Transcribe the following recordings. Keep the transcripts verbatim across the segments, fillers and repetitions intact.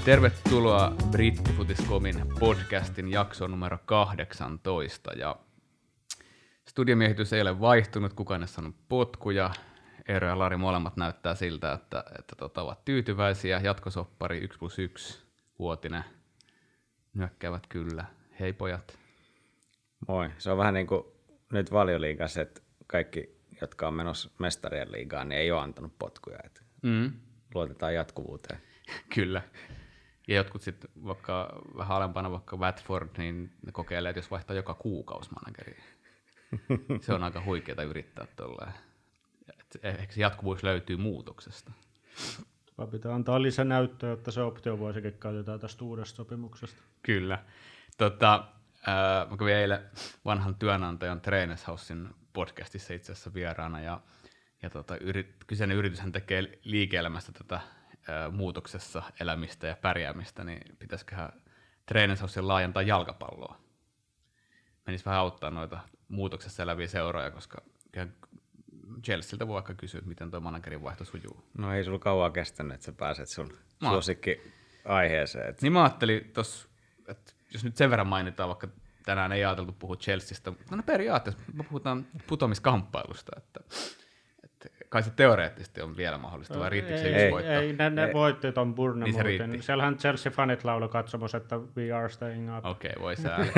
Tervetuloa Brittifutiscomin podcastin jaksoon numero kahdeksantoista. Ja studiomiehitys ei ole vaihtunut, kukaan ei ole saanut potkuja. Eero ja Lari molemmat näyttää siltä, että, että tota, ovat tyytyväisiä. Jatkosoppari yksi plus yksi vuotinen nyökkäävät kyllä. Hei pojat. Moi. Se on vähän niin kuin nyt Valioliigassa, että kaikki, jotka on menossa mestarien liigaan, niin ei ole antanut potkuja. Että mm. luotetaan jatkuvuuteen. Kyllä. Ja jotkut sitten vaikka vähän alempana, vaikka Watford, niin ne kokeilee, että jos vaihtaa joka kuukausi manageriin. Se on aika huikeaa yrittää tolleen. Ehkä se jatkuvuus löytyy muutoksesta. Vai pitää antaa lisänäyttöä, jotta se optiovuosikin käytetään tästä uudesta sopimuksesta. Kyllä. Tota, äh, mä kävin eilen vanhan työnantajan Trainers Housein podcastissa itse asiassa vieraana, ja, ja tota, yrit, kyseinen yrityshän tekee liike-elämästä tätä äh, muutoksessa elämistä ja pärjäämistä, niin pitäisiköhän Trainers Housein laajentaa jalkapalloa. Menisi vähän auttaa noita muutoksessa eläviä seuroja, koska Chelsealtä voi vaikka kysyä, miten tuo managerin vaihto sujuu. No ei sulla kauan kestänyt, että sä pääset sun mä... suosikki aiheeseen. Että... Niin mä ajattelin tossa, että jos nyt sen verran mainitaan, vaikka tänään ei ajateltu puhua Chelseasta, no, no periaatteessa me puhutaan putoamiskamppailusta, että, että kai se teoreettisesti on vielä mahdollista, vai riittikö se yksi voitto? Ei, ne, ne voitti ton Bournemouthin. Niin siellähän Chelsea-fanit laulu katsomassa, että we are staying up. Okei, okay, voi sääli.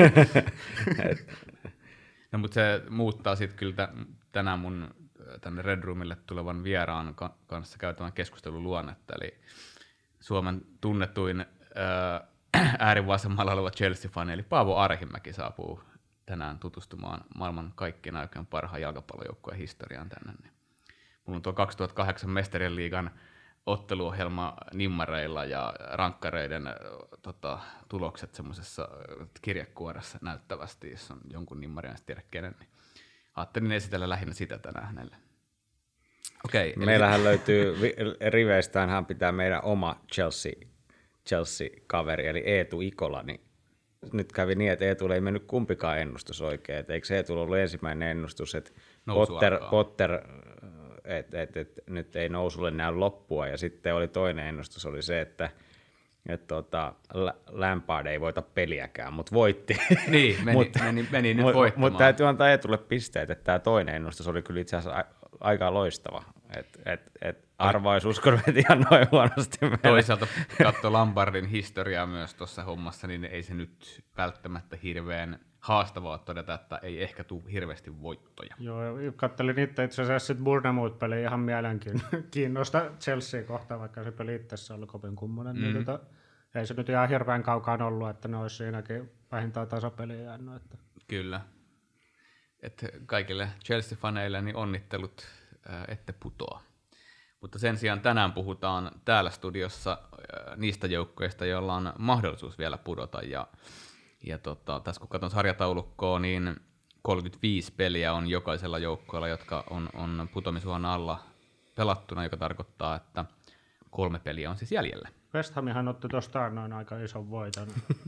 No mutta se muuttaa sitten kyllä t- tänään mun tänne Red Roomille tulevan vieraan ka- kanssa käytävän keskustelun luonnetta, eli Suomen tunnetuin äh, äärivasemmalla oleva Chelsea-fani, eli Paavo Arhimäki saapuu tänään tutustumaan maailman kaikkien aikojen parhaan jalkapallojoukkueen historiaan tänne. Niin mulla on tuo kaksituhattakahdeksan Mestarien liigan otteluohjelma nimmareilla ja rankkareiden äh, tota, tulokset semmoisessa kirjekuoressa näyttävästi, jos on jonkun nimmarin ja tiedä kenen, niin ajattelin esitellä lähinnä sitä tänään hänelle. Okei, meillähän eli... löytyy, riveistäänhän pitää meidän oma Chelsea, Chelsea-kaveri, eli Eetu Ikola, niin nyt kävi niin, että Eetulle ei mennyt kumpikaan ennustus oikein, että eikö se Eetulla ollut ensimmäinen ennustus, että Potter, Potter että et, et, nyt ei nousulle näy loppua, ja sitten oli toinen ennustus, oli se, että että tota, Lampard ei voita peliäkään, mutta voitti. Niin, meni, mut, meni, meni nyt mut, voittamaan. Mutta täytyy antaa Eetulle pisteet, että tämä toinen ennustus oli kyllä itse asiassa a- aika loistava. Et, et, et arva olisi uskonut, että ihan noin huonosti mennä. Toisaalta katso Lampardin historiaa myös tuossa hommassa, niin ei se nyt välttämättä hirveän haastavaa todeta, että ei ehkä tule hirveästi voittoja. Joo, katselin itse itse asiassa Bournemouth-peliä ihan mielenkiinnosta Chelsea kohtaan, vaikka se peli itsessä oli kovin kummonen. Mm. Niin tota, ei se nyt ihan hirveän kaukaan ollut, että ne olisi siinäkin vähintään tasapeliä jäänyt. Että. Kyllä. Et kaikille Chelsea-faneille niin onnittelut, ää, ette putoa. Mutta sen sijaan tänään puhutaan täällä studiossa ää, niistä joukkueista, joilla on mahdollisuus vielä pudota. Ja, ja tota, tässä kun katson sarjataulukkoa, niin kolmekymmentäviisi peliä on jokaisella joukkueella, jotka on, on putomisuhan alla pelattuna, joka tarkoittaa, että kolme peliä on siis jäljellä. West Hamihan otti tuosta noin aika ison voiton.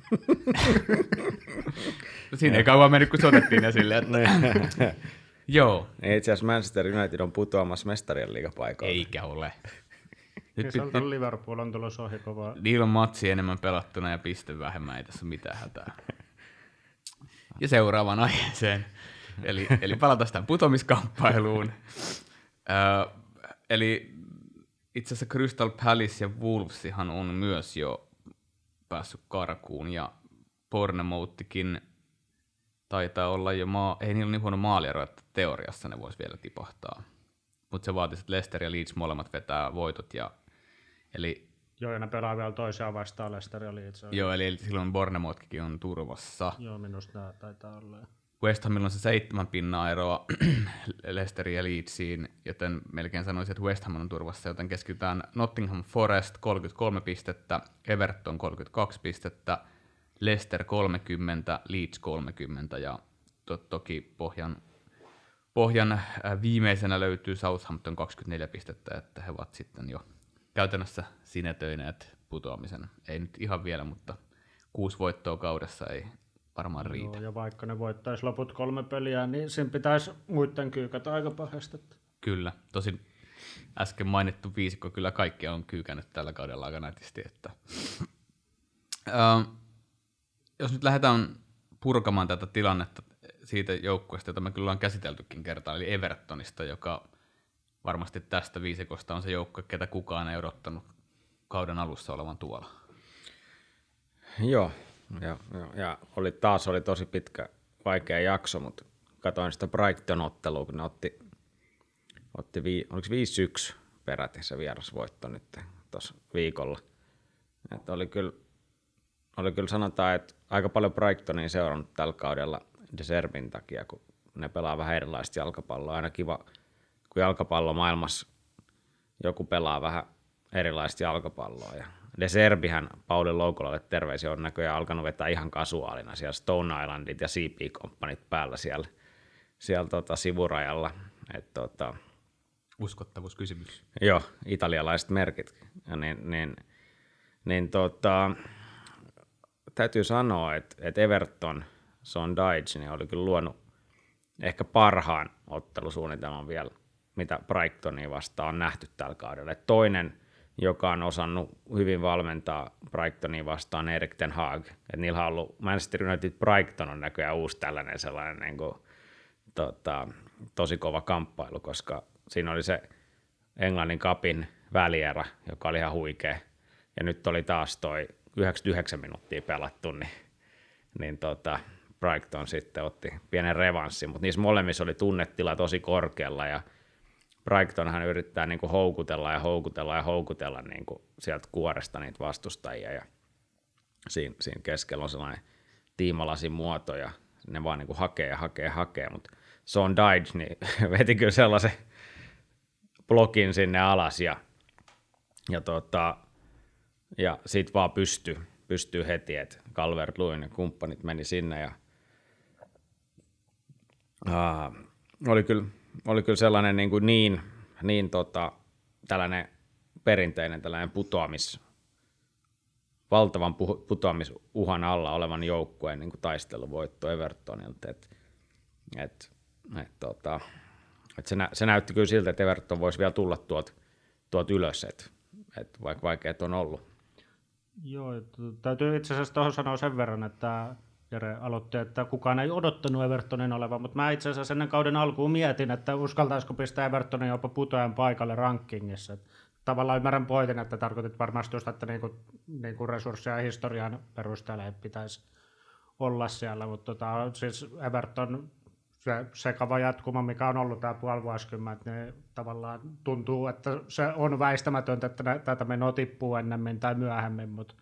No siinä ei kauan mennyt, kun se otettiin esille. Että... Joo. Itse asiassa Manchester United on putoamassa mestarien liigapaikoille. Eikä ole. Nyt, nyt, nyt Liverpool on tulossa ohi kovaa. Niillä on matsi enemmän pelattuna ja piste vähemmän, ei tässä ole mitään hätää. Ja seuraavaan aiheeseen. Eli, eli palataan tähän putomiskamppailuun. Ö, eli itse asiassa Crystal Palace ja Wolvesihan on myös jo päässyt karkuun, ja Bournemouthikin taitaa olla jo, maa, ei niillä ole niin huono maaliero, että teoriassa ne vois vielä tipahtaa. Mutta se vaatisi, että Leicester ja Leeds molemmat vetää voitot. Ja, eli, joo, ja ne pelaa vielä toisiaan vastaan, Leicester ja Leeds. Joo, eli silloin Bournemouthkin on turvassa. Joo, minusta nämä taitaa olla. West Hamilla on se seitsemän pinnaa eroa Leicesterin ja Leedsiin, joten melkein sanoisin, että West Ham on turvassa, joten keskitytään Nottingham Forest kolmekymmentäkolme pistettä, Everton kolmekymmentäkaksi pistettä, Leicester kolmekymmentä, Leeds kolmekymmentä, ja to- toki pohjan, pohjan äh, viimeisenä löytyy Southampton kaksikymmentäneljä pistettä, että he ovat sitten jo käytännössä sinetöineet putoamisen. Ei nyt ihan vielä, mutta kuusi voittoa kaudessa ei varmaan riitä. Joo, ja vaikka ne voittaisi loput kolme peliä, niin sen pitäisi muiden kyykätä aika pahasti. Kyllä, tosin äsken mainittu viisikko kyllä kaikki on kyykännyt tällä kaudella aika nätisti, että Ö, jos nyt lähdetään purkamaan tätä tilannetta siitä joukkueesta, jota me kyllä ollaan käsiteltykin kertaa, eli Evertonista, joka varmasti tästä viisikosta on se joukkue, ketä kukaan ei odottanut kauden alussa olevan tuolla. Joo, ja, ja, ja oli, taas oli tosi pitkä, vaikea jakso, mutta katsoin sitä Brighton-ottelua, kun ne otti, otti vii, oliko viisi yksi peräti se vierasvoitto nyt tuossa viikolla. Että oli kyllä, oli kyllä sanotaan, että aika paljon Brightonia seurannut tällä kaudella De Zerbin takia, kun ne pelaa vähän erilaista jalkapalloa. Aina kiva, kun jalkapallo maailmassa joku pelaa vähän erilaista jalkapalloa. Ja De Zerbihän Pauli Loukolalle terveisiä on näköjään alkanut vetää ihan kasuaalina siellä Stone Islandit ja C P Companit päällä siellä, siellä tota sivurajalla. Et tota, uskottavuuskysymys. Joo, italialaiset merkit. Ja niin, niin, niin tota, täytyy sanoa, että, että Everton, Son Dyche, niin oli kyllä luonut ehkä parhaan ottelusuunnitelman vielä, mitä Brightonia vastaan on nähty tällä kaudella. Et toinen, joka on osannut hyvin valmentaa Brightonia vastaan, Erik ten Hag. Et niillä on ollut Manchester United Brighton on näköjään uusi tällainen sellainen niin kuin, tota, tosi kova kamppailu, koska siinä oli se Englannin cupin välierä, joka oli ihan huikea. Ja nyt oli taas toi yhdeksänkymmentäyhdeksän minuuttia pelattu, niin, niin tota, Brighton sitten otti pienen revanssin, mutta niissä molemmissa oli tunnetila tosi korkealla ja Brightonhan yrittää niinku houkutella ja houkutella ja houkutella niinku sieltä kuoresta niitä vastustajia ja siinä, siinä keskellä on sellainen tiimalasin muoto ja ne vaan niinku hakee ja hakee ja hakee, mutta Son Dyche niin veti kyllä sellaisen blokin sinne alas ja, ja, tota, ja sit vaan pystyy, pystyy heti, että Calvert-Lewin ja kumppanit meni sinne ja uh, oli kyllä Oli kyllä sellainen niin, kuin niin, niin tota, tällainen perinteinen tällainen putoamis, valtavan putoamisuhan alla olevan joukkueen niin kuin taisteluvoitto Evertonilta. Et, et, et, tota, et se, nä, se näytti kyllä siltä, että Everton voisi vielä tulla tuolta tuot ylös, et, et vaikka vaikeat on ollut. Joo, täytyy itse asiassa tuohon sanoa sen verran, että Jere aloitti, että kukaan ei odottanut Evertonin olevan, mutta mä itse asiassa ennen kauden alkuun mietin, että uskaltaisiko pistää Evertonin jopa putoajan paikalle rankingissa. Tavallaan ymmärrän pointin, että tarkoitit varmasti just, että niinku, niinku resursseja ja historian perusteella pitäisi olla siellä, mutta tota, siis Everton, se sekava jatkuma, mikä on ollut tämä puoli vuosikymmentä, niin tavallaan tuntuu, että se on väistämätöntä, että tätä menoa tippuu ennemmin tai myöhemmin, mutta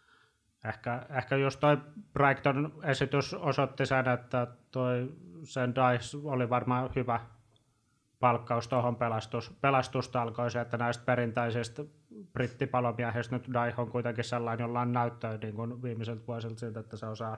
Ehkä, ehkä just toi Brighton esitys osoitti sen, että toi sen Dyche oli varmaan hyvä palkkaus tuohon pelastus, pelastustalkoisiin, että näistä perinteisistä brittipalomiehistä nyt Dyche on kuitenkin sellainen, jolla on näyttöä niin kuin viimeiseltä vuosilta siltä, että se osaa,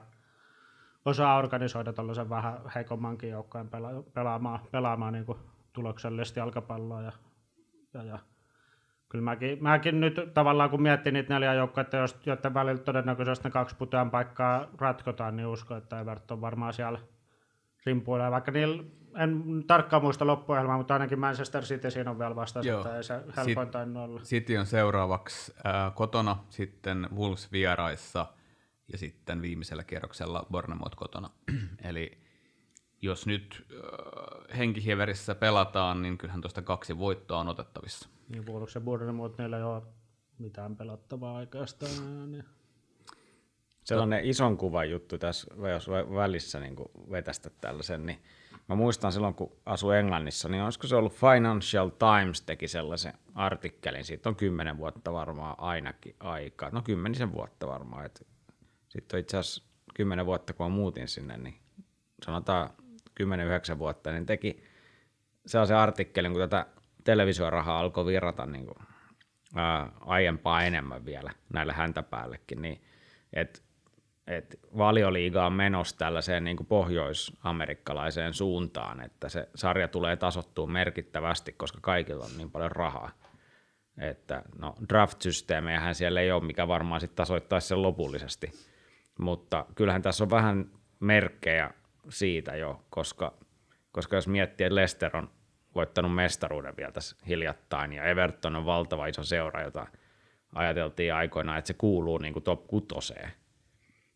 osaa organisoida tuollaisen vähän heikommankin joukkojen pela, pelaamaan, pelaamaan niin kuin tuloksellisesti jalkapalloa ja, ja, ja kyllä mäkin, mäkin nyt tavallaan kun miettii niitä neljä joukkoita, joiden välillä todennäköisesti ne kaksi putoajan paikkaa ratkotaan, niin uskon, että Everton varmaan siellä rimpuilee. Vaikka niillä, en tarkkaan muista loppuohjelmaa, mutta ainakin Manchester City siinä on vielä vastasi, että ei se helpoin tainnut olla. City on seuraavaksi äh, kotona, sitten Wolves vieraissa ja sitten viimeisellä kierroksella Bournemouth kotona. Eli jos nyt äh, henkihieverissä pelataan, niin kyllähän tuosta kaksi voittoa on otettavissa. Niin Wolves ja Bournemouth, niillä ei ole mitään pelattavaa oikeastaan. Niin. Sellainen ison kuvan juttu tässä, jos välissä niin vetästä tällaisen, niin mä muistan silloin, kun asuin Englannissa, niin olisiko se ollut Financial Times teki sellaisen artikkelin, siitä on kymmenen vuotta varmaan ainakin aikaa, no kymmenisen vuotta varmaan, sitten on itse asiassa kymmenen vuotta, kun mä muutin sinne, niin sanotaan kymmenen yhdeksän vuotta, niin teki sellaisen artikkelin, kun tätä televisiorahaa alkoi virrata niin kuin, ää, aiempaa enemmän vielä näille häntäpäällekin, niin että et Valioliiga on menossa tällaiseen niin kuin pohjois-amerikkalaiseen suuntaan, että se sarja tulee tasoittua merkittävästi, koska kaikilla on niin paljon rahaa. Että no draft-systeemejähän siellä ei ole, mikä varmaan sitten tasoittaisi sen lopullisesti, mutta kyllähän tässä on vähän merkkejä siitä jo, koska, koska jos miettii, että Leicester on voittanut mestaruuden vielä tässä hiljattain, ja Everton on valtava iso seura, jota ajateltiin aikoinaan, että se kuuluu niin kuin top kutoseen,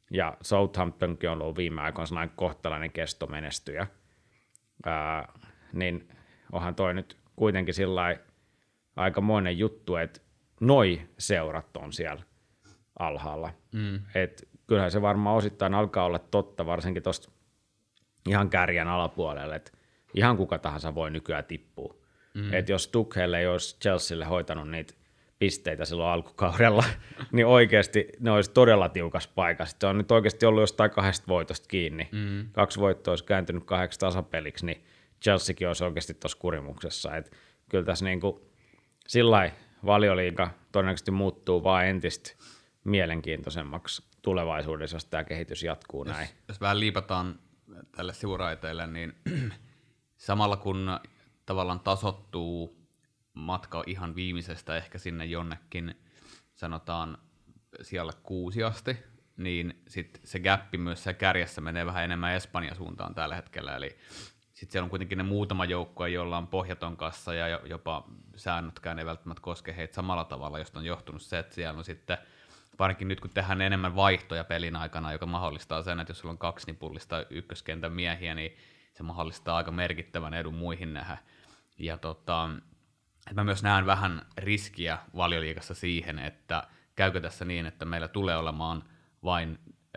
Ja Southamptonkin on ollut viime aikoina sellainen kohtalainen kestomenestyjä. Ää, niin onhan toi nyt kuitenkin sillai aikamoinen juttu, että noi seurat on siellä alhaalla. Mm. Et kyllähän se varmaan osittain alkaa olla totta, varsinkin tuosta ihan kärjen alapuolelle, että ihan kuka tahansa voi nykyään tippua. Mm. Et jos Tuchel ei olisi Chelsealle hoitanut niitä pisteitä silloin alkukaudella, niin oikeasti ne olisi todella tiukassa paikassa. Se on nyt oikeasti ollut jostain kahdesta voitosta kiinni. Mm. Kaksi voittoa olisi kääntynyt kahdeksi tasapeliksi, niin Chelseakin olisi oikeasti tuossa kurimuksessa. Et kyllä tässä niinku sillai Valioliiga todennäköisesti muuttuu vaan entistä mielenkiintoisemmaksi tulevaisuudessa, jos tämä kehitys jatkuu jos, näin. Jos vähän liipataan tälle sivuraiteille, niin samalla kun tavallaan tasottuu matka ihan viimeisestä ehkä sinne jonnekin, sanotaan siellä kuusi asti, niin sitten se gappi myös se kärjessä menee vähän enemmän Espanjan suuntaan tällä hetkellä, eli sitten siellä on kuitenkin ne muutama joukko, joilla on pohjaton kassa ja jopa säännötkään ei välttämättä koske heitä samalla tavalla, josta on johtunut se, että siellä on sitten, varsinkin nyt kun tehdään enemmän vaihtoja pelin aikana, joka mahdollistaa sen, että jos sulla on kaksi nipullista ykköskentän miehiä, niin se mahdollistaa aika merkittävän edun muihin nähdä. Ja tota, mä myös näen vähän riskiä Valioliigassa siihen, että käykö tässä niin, että meillä tulee olemaan vain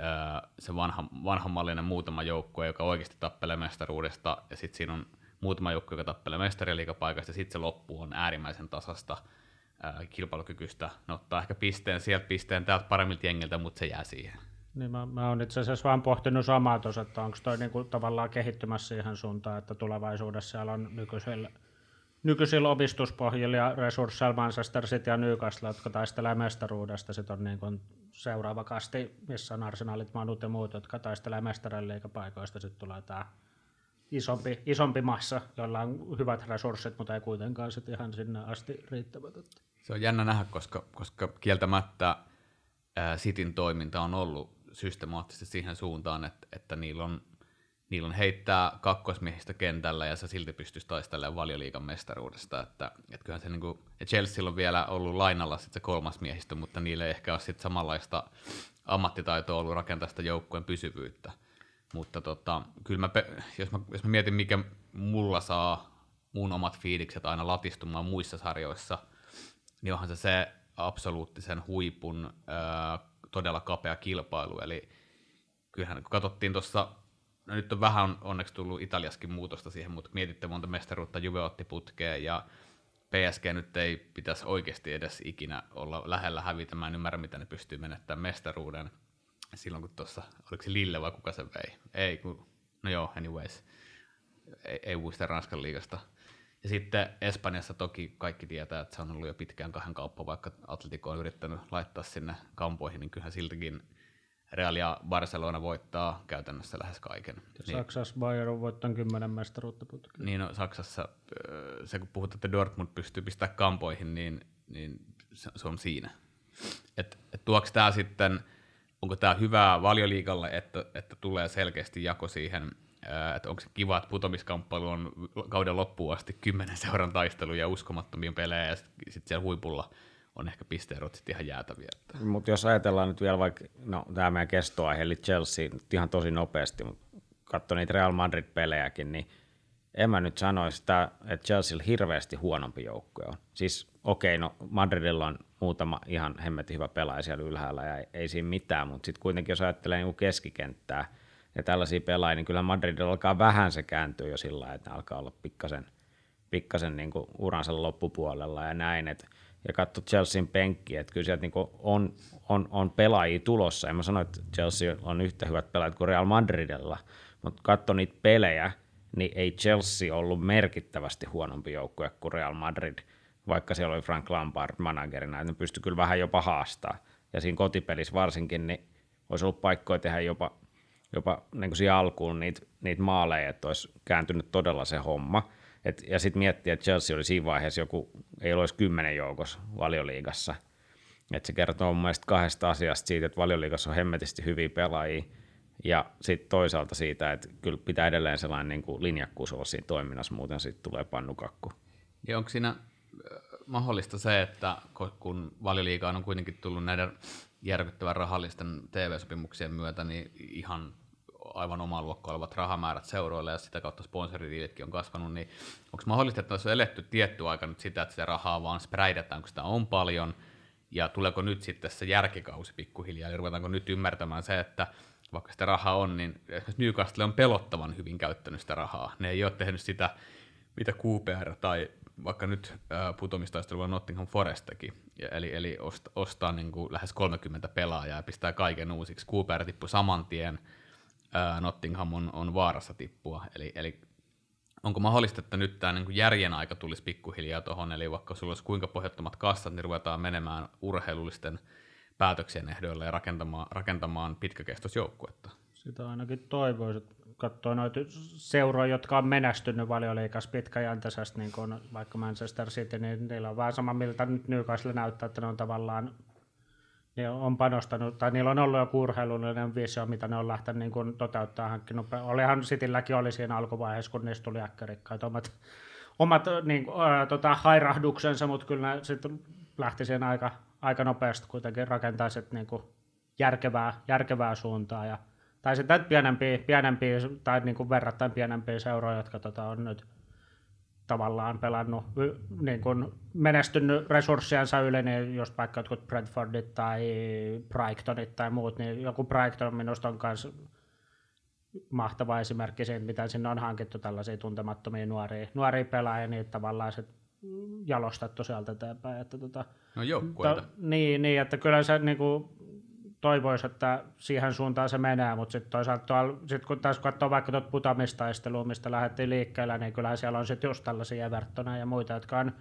se vanha, vanhanmallinen muutama joukkue, joka oikeasti tappelee mestaruudesta, ja sitten siinä on muutama joukkue, joka tappelee mestariliigapaikasta, ja sitten se loppu on äärimmäisen tasasta ää, kilpailukykyistä. Ne ottaa ehkä pisteen sieltä, pisteen täältä paremmilta jengiltä, mutta se jää siihen. Niin mä, mä oon itse asiassa vaan pohtinut samaa tuossa, että onko toi niinku tavallaan kehittymässä siihen suuntaan, että tulevaisuudessa siellä on nykyisellä, nykyisillä omistuspohjilla ja resursseilla Manchester City ja Newcastle, jotka taistelee mestaruudesta. Sitten on niin kuin seuraava kasti, missä on Arsenalit, Manut ja muut, jotka taistelee mestariliigapaikoista. Sitten tulee tämä isompi, isompi massa, jolla on hyvät resurssit, mutta ei kuitenkaan sit ihan sinne asti riittävät. Se on jännä nähdä, koska, koska kieltämättä ää, Cityn toiminta on ollut systemaattisesti siihen suuntaan, että, että niillä on Niillä on heittää kakkosmiehistä kentällä ja se silti pystyisi taistelemaan Valioliigan mestaruudesta. Että, että kyllähän se niinku, ja Chelsea on vielä ollut lainalla sit se kolmas miehistö, mutta niillä ei ehkä ole sit samanlaista ammattitaitoa ollut rakentaa sitä joukkueen pysyvyyttä. Mutta tota, kyllä mä, jos, mä, jos mä mietin, mikä mulla saa mun omat fiilikset aina latistumaan muissa sarjoissa, niin onhan se se absoluuttisen huipun ää, todella kapea kilpailu. Eli kyllähän kun katsottiin tuossa, no nyt on vähän onneksi tullut Italiaskin muutosta siihen, mutta mietitte monta mestaruutta Juve otti putkeen ja P S G nyt ei pitäisi oikeasti edes ikinä olla lähellä hävitä. Mä en ymmärrä, mitä ne pystyy menettämään mestaruuden silloin, kun tuossa, oliko se Lille vai kuka se vei? Ei, kun, no joo, anyways, ei, ei muista Ranskan liigasta. Ja sitten Espanjassa toki kaikki tietää, että se on ollut jo pitkään kahden kauppa, vaikka Atletico on yrittänyt laittaa sinne kampoihin, niin kyllähän siltikin Real ja Barcelona voittaa käytännössä lähes kaiken. Saksassa Bayern on voittanut kymmenen mestaruutta putkeen. Niin no, Saksassa se, kun puhutaan, että Dortmund pystyy pistämään kampoihin, niin, niin se, se on siinä. Et, et tuoks tämä sitten, onko tämä hyvää Valioliigalle, että, että tulee selkeästi jako siihen, että onko se kiva, että putomiskamppailu on kauden loppuun asti kymmenen seuran taistelu ja uskomattomia pelejä, ja sitten sit siellä huipulla on ehkä pisteerot sitten ihan jäätäviä. Mutta jos ajatellaan nyt vielä vaikka, no tämä meidän kestoaihe, eli Chelsea, nyt ihan tosi nopeasti, mutta katso niitä Real Madrid-pelejäkin, niin en mä nyt sanoisi, että, että Chelsealla hirveästi huonompi joukkue on. Siis okei, no Madridilla on muutama ihan hemmetin hyvä pelaaja siellä ylhäällä ja ei, ei siinä mitään, mutta sitten kuitenkin jos ajattelee niin keskikenttää ja tällaisia pelaajia, niin kyllä Madridilla alkaa vähän se kääntyä jo sillä lailla, että ne alkaa olla pikkasen, pikkasen niin kuin uransa loppupuolella ja näin, että ja katso Chelsean penkkiä, että kyllä sieltä niinku on, on, on pelaajia tulossa. En mä sano, että Chelsea on yhtä hyvät pelaajat kuin Real Madridilla, mutta katso niitä pelejä, niin ei Chelsea ollut merkittävästi huonompi joukkue kuin Real Madrid, vaikka siellä oli Frank Lampard managerina, että ne pystyi kyllä vähän jopa haastaa. Ja siinä kotipelissä varsinkin, niin olisi ollut paikkoja tehdä jopa, jopa niin kuin siihen alkuun niitä, niitä maaleja, että olisi kääntynyt todella se homma. Et, ja sitten miettiä, että Chelsea oli siinä vaiheessa joku, ei olisi kymmenen joukossa Valioliigassa. Et se kertoo mun mielestä kahdesta asiasta siitä, että Valioliigassa on hemmetisti hyviä pelaajia, ja sitten toisaalta siitä, että kyllä pitää edelleen sellainen niin kuin linjakkuus olla siinä toiminnassa, muuten siitä tulee pannukakku. Ja onko siinä mahdollista se, että kun Valioliigaan on kuitenkin tullut näiden järkyttävän rahallisten T V-sopimuksien myötä niin ihan aivan omaa luokkaa olevat rahamäärät seuroille ja sitä kautta sponsoridiilitkin on kasvanut, niin onko mahdollista, että olisi eletty tietty aika nyt sitä, että sitä rahaa vaan spreidetään, kun sitä on paljon, ja tuleeko nyt sitten se järkikausi pikkuhiljaa, ja ruvetaanko nyt ymmärtämään se, että vaikka sitä rahaa on, niin esimerkiksi Newcastle on pelottavan hyvin käyttänyt sitä rahaa. Ne ei ole tehnyt sitä, mitä Q P R tai vaikka nyt äh, putomistaistelua Nottingham Forest teki, eli, eli ost, ostaa niin kuin lähes kolmekymmentä pelaajaa ja pistää kaiken uusiksi. Q P R tippui saman tien, äh, Nottingham on, on vaarassa tippua, eli, eli onko mahdollista, että nyt tämä niin kuin järjen aika tulisi pikkuhiljaa tuohon, eli vaikka sulla olisi kuinka pohjattomat kassat, niin ruvetaan menemään urheilullisten päätöksien ehdoilla ja rakentamaan, rakentamaan pitkäkestoista joukkuetta. Sitä ainakin toivoisi, että katsoo noita seuroja, jotka on menestynyt Valioliigassa pitkäjänteisesti, niin kuin vaikka Manchester City, niin niillä on vähän sama, miltä nyt Newcastle näyttää, että ne on tavallaan ne on panostanut, tai niillä on ollut joku urheilullinen visio, mitä ne on lähtenyt niin kuin toteuttaa hankkinut. Olihan Citylläkin oli siinä alkuvaiheessa, kun niistä tuli äkkärikkaita omat, omat niin, äh, tota, hairahduksensa, mutta kyllä ne sitten lähti siihen aika, aika nopeasti kuitenkin rakentaa sit, niin kuin järkevää, järkevää suuntaa. Ja, tai sitten pienempiä, pienempiä tai niin kuin verrattain pienempiä seuroja, jotka tota, on nyt tavallaan pelannut, niin kuin menestynyt resurssiensa yli, niin just vaikka jotkut Brentfordit tai Brightonit tai muut, niin joku Brighton minusta on myös mahtava esimerkki siitä, miten sinne on hankittu tällaisia tuntemattomia nuoria, nuoria pelaajia, niin tavallaan sit jalostettu sieltä eteenpäin. Että tota, no joukkueita. To, niin, niin, että kyllä se niin kuin toivoisi, että siihen suuntaan se menee, mutta sitten toisaalta tuolla, sit kun taas katsoo vaikka tuota putomistaistelua, mistä lähdettiin liikkeelle, niin kyllähän siellä on sitten just tällaisia Evertoneja ja muita, jotka on,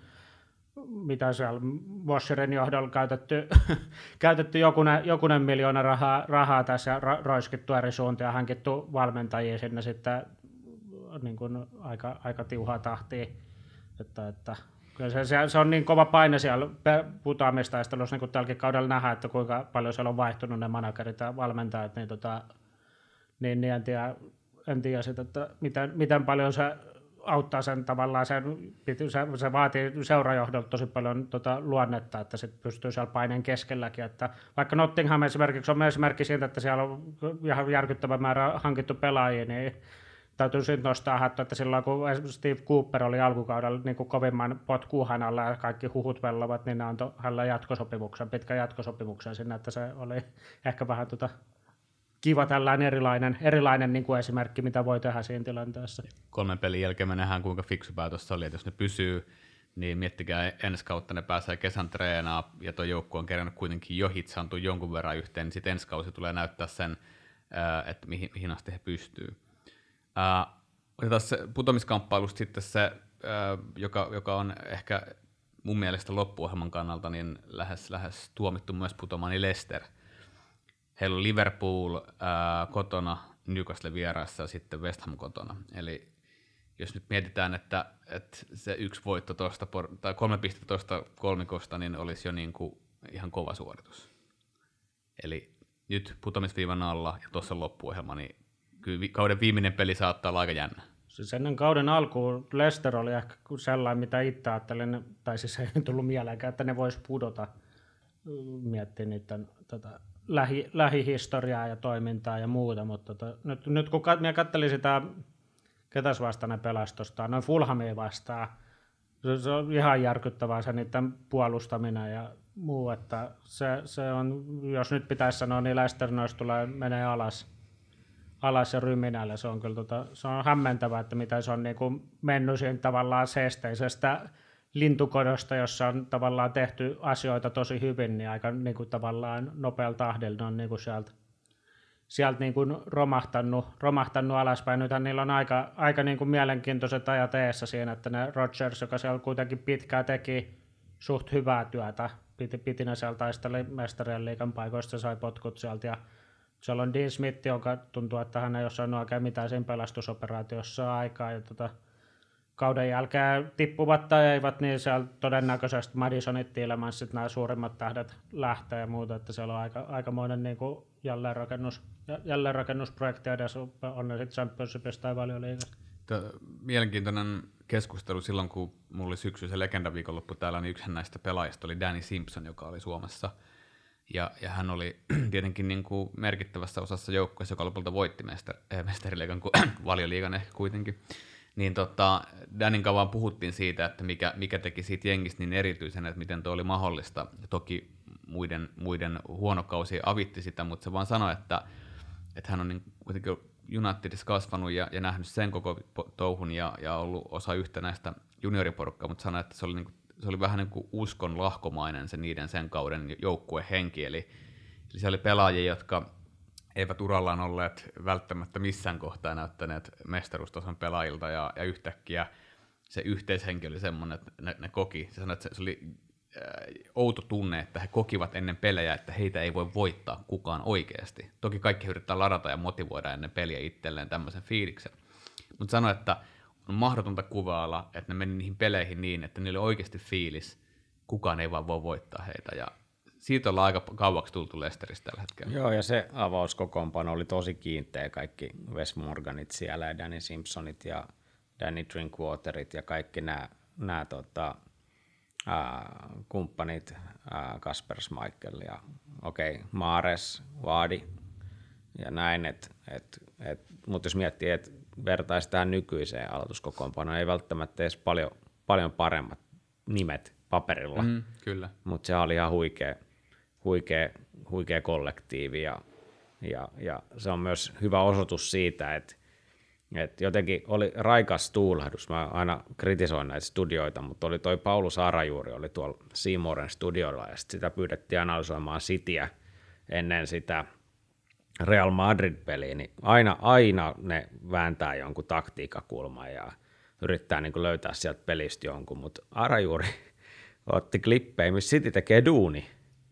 mitä siellä Washerin johdolla käytetty, käytetty jokunen, jokunen miljoona rahaa, rahaa tässä ja ra, roiskittu eri suuntia ja hankittu valmentajia sinne sitten niin kuin aika, aika tiuhaa tahtia, että, että kyllä se, se, se on niin kova paine siellä putoamistaistelussa, niin kuin tälläkin kaudella nähdään, että kuinka paljon siellä on vaihtunut ne managerit ja valmentajat, niin, tota, niin, niin en tiedä, en tiedä sit, että miten, miten paljon se auttaa sen tavallaan, sen, se, se vaatii seurajohdolta tosi paljon tota, luonnetta, että sit pystyy siellä paineen keskelläkin, että vaikka Nottingham esimerkiksi on esimerkki siitä, että siellä on ihan järkyttävä määrä hankittu pelaajia, niin täytyy sitten nostaa hattu, että silloin kun Steve Cooper oli alkukaudella niin kuin kovimman potkuuhan alla ja kaikki huhut vellovat, niin ne antoi hänelle jatkosopimuksen, pitkän jatkosopimuksen sinne, että se oli ehkä vähän tota kiva tällainen erilainen, erilainen niin kuin esimerkki, mitä voi tehdä siinä tilanteessa. Kolmen pelin jälkeen me nähdään, kuinka fiksu päätös oli, että jos ne pysyy, niin miettikää ensi kautta ne pääsee kesän treenaa ja tuo joukkue on kerännyt kuitenkin jo hitsaantua jonkun verran yhteen, niin sitten ensi kausi tulee näyttää sen, että mihin, mihin asti he pystyy. Uh, otetaan se putomiskamppailusta sitten se, uh, joka, joka on ehkä mun mielestä loppuohjelman kannalta niin lähes, lähes tuomittu myös putomaan, niin Leicester. Heillä on Liverpool uh, kotona, Newcastle vieraassa ja sitten West Ham kotona. Eli jos nyt mietitään, että, että se yksi voitto tosta, tai kolme pistettä tuosta kolmikosta, niin olisi jo niin kuin ihan kova suoritus. Eli nyt putomisviivan alla ja tuossa loppuohjelma, niin kyllä kauden viimeinen peli saattaa olla aika jännä. Siis ennen kauden alkuun Leicester oli ehkä sellainen, mitä itse ajattelin, tai siis ei tullut mieleenkään, että ne vois pudota. Miettii niiden tota, lähi, lähihistoriaa ja toimintaa ja muuta, mutta tota, nyt, nyt kun kat, minä katselin sitä, ketäs vastaan ne pelastosta, noin Fulhamia vastaan, se, se on ihan järkyttävää se niiden puolustaminen ja muu, että se, se on, jos nyt pitäisi sanoa, niin Leicester noista tulee, menee alas. alas ja ryminällä. Se on kyllä tota, se on hämmentävää, että miten se on niin kuin mennyt siihen tavallaan seesteisestä lintukodosta, jossa on tavallaan tehty asioita tosi hyvin, niin aika niin kuin tavallaan nopealla tahdilla ne on niin kuin sieltä, sieltä niin kuin romahtanut, romahtanut alaspäin. Nythän niillä on aika, aika niin kuin mielenkiintoiset ajat eessä siinä, että ne Rodgers, joka siellä kuitenkin pitkään teki suht hyvää työtä, piti, piti ne siellä taisteli mestarien liigan paikoista, sai potkut sieltä ja siellä on Dean Smith, joka tuntuu, että hän ei ole saanut oikein mitään siinä pelastusoperaatiossa aikaa. Ja tota, kauden jälkeen tippuvat tai eivät, niin siellä todennäköisesti Madisonit, Tielemansit, nämä suurimmat tähdet lähtee ja muuta. Että siellä on aika, aikamoinen niin kuin jälleenrakennus, jälleenrakennusprojekti edes, on ne sitten Championshipissa tai Valioliigassa. Mielenkiintoinen keskustelu silloin, kun mulla oli syksyisen legendaviikonloppu täällä, niin yksi näistä pelaajista oli Danny Simpson, joka oli Suomessa. Ja, ja hän oli tietenkin niin kuin merkittävässä osassa joukkueessa, joka lopulta voitti mester, äh, mestariliigan, kuin Valioliigan ehkä kuitenkin. Niin tota, Danin kanssa vaan puhuttiin siitä, että mikä, mikä teki siitä jengistä niin erityisen, että miten tuo oli mahdollista. Toki muiden, muiden huono kausi avitti sitä, mutta se vaan sanoi, että, että hän on niin kuitenkin Unitedissa kasvanut ja, ja nähnyt sen koko touhun ja, ja ollut osa yhtenäistä junioriporukkaa, mutta sanoi, että se oli, niin kuin, se oli vähän niin kuin uskon lahkomainen se niiden sen kauden joukkuehenki. Eli, eli se oli pelaajia, jotka eivät urallaan olleet välttämättä missään kohtaa näyttäneet mestaruustason pelaajilta, ja, ja yhtäkkiä se yhteishenki oli semmoinen, että ne, ne koki. Se sanoi, että se, se oli äh, outo tunne, että he kokivat ennen pelejä, että heitä ei voi voittaa kukaan oikeasti. Toki kaikki yrittää ladata ja motivoida ennen peliä itselleen tämmöisen fiiliksen. Mutta sanoi, että on mahdotonta kuvailla, että ne meni niihin peleihin niin, että niillä oli oikeasti fiilis, kukaan ei vaan voi voittaa heitä. Ja siitä ollaan aika kauaksi tultu Leicesteristä tällä hetkellä. Joo, ja se avauskokoonpano oli tosi kiinteä, kaikki Wes Morganit siellä ja Danny Simpsonit ja Danny Drinkwaterit ja kaikki nämä, nämä tota, ää, kumppanit, ää, Kasper Schmeichel ja okei, okay, Mahrez, Vardy ja näin, et, et, et, mutta jos miettii, että vertaisi tähän nykyiseen aloituskokoonpanoon, ei välttämättä edes paljon, paljon paremmat nimet paperilla, Mm, kyllä. mutta se oli ihan huikea, huikea, huikea kollektiivi ja, ja, ja se on myös hyvä osoitus siitä, että, että jotenkin oli raikas tuulahdus. Mä aina kritisoin näitä studioita, mutta oli toi Paulus Arajuuri oli tuolla Seamourin studiolla ja sitä pyydettiin analysoimaan Cityä ennen sitä Real Madrid-peliä, niin aina, aina ne vääntää jonkun taktiikakulman ja yrittää niin kuin löytää sieltä pelistä jonkun, mutta Arajuuri otti klippejä, missä City tekee duuni,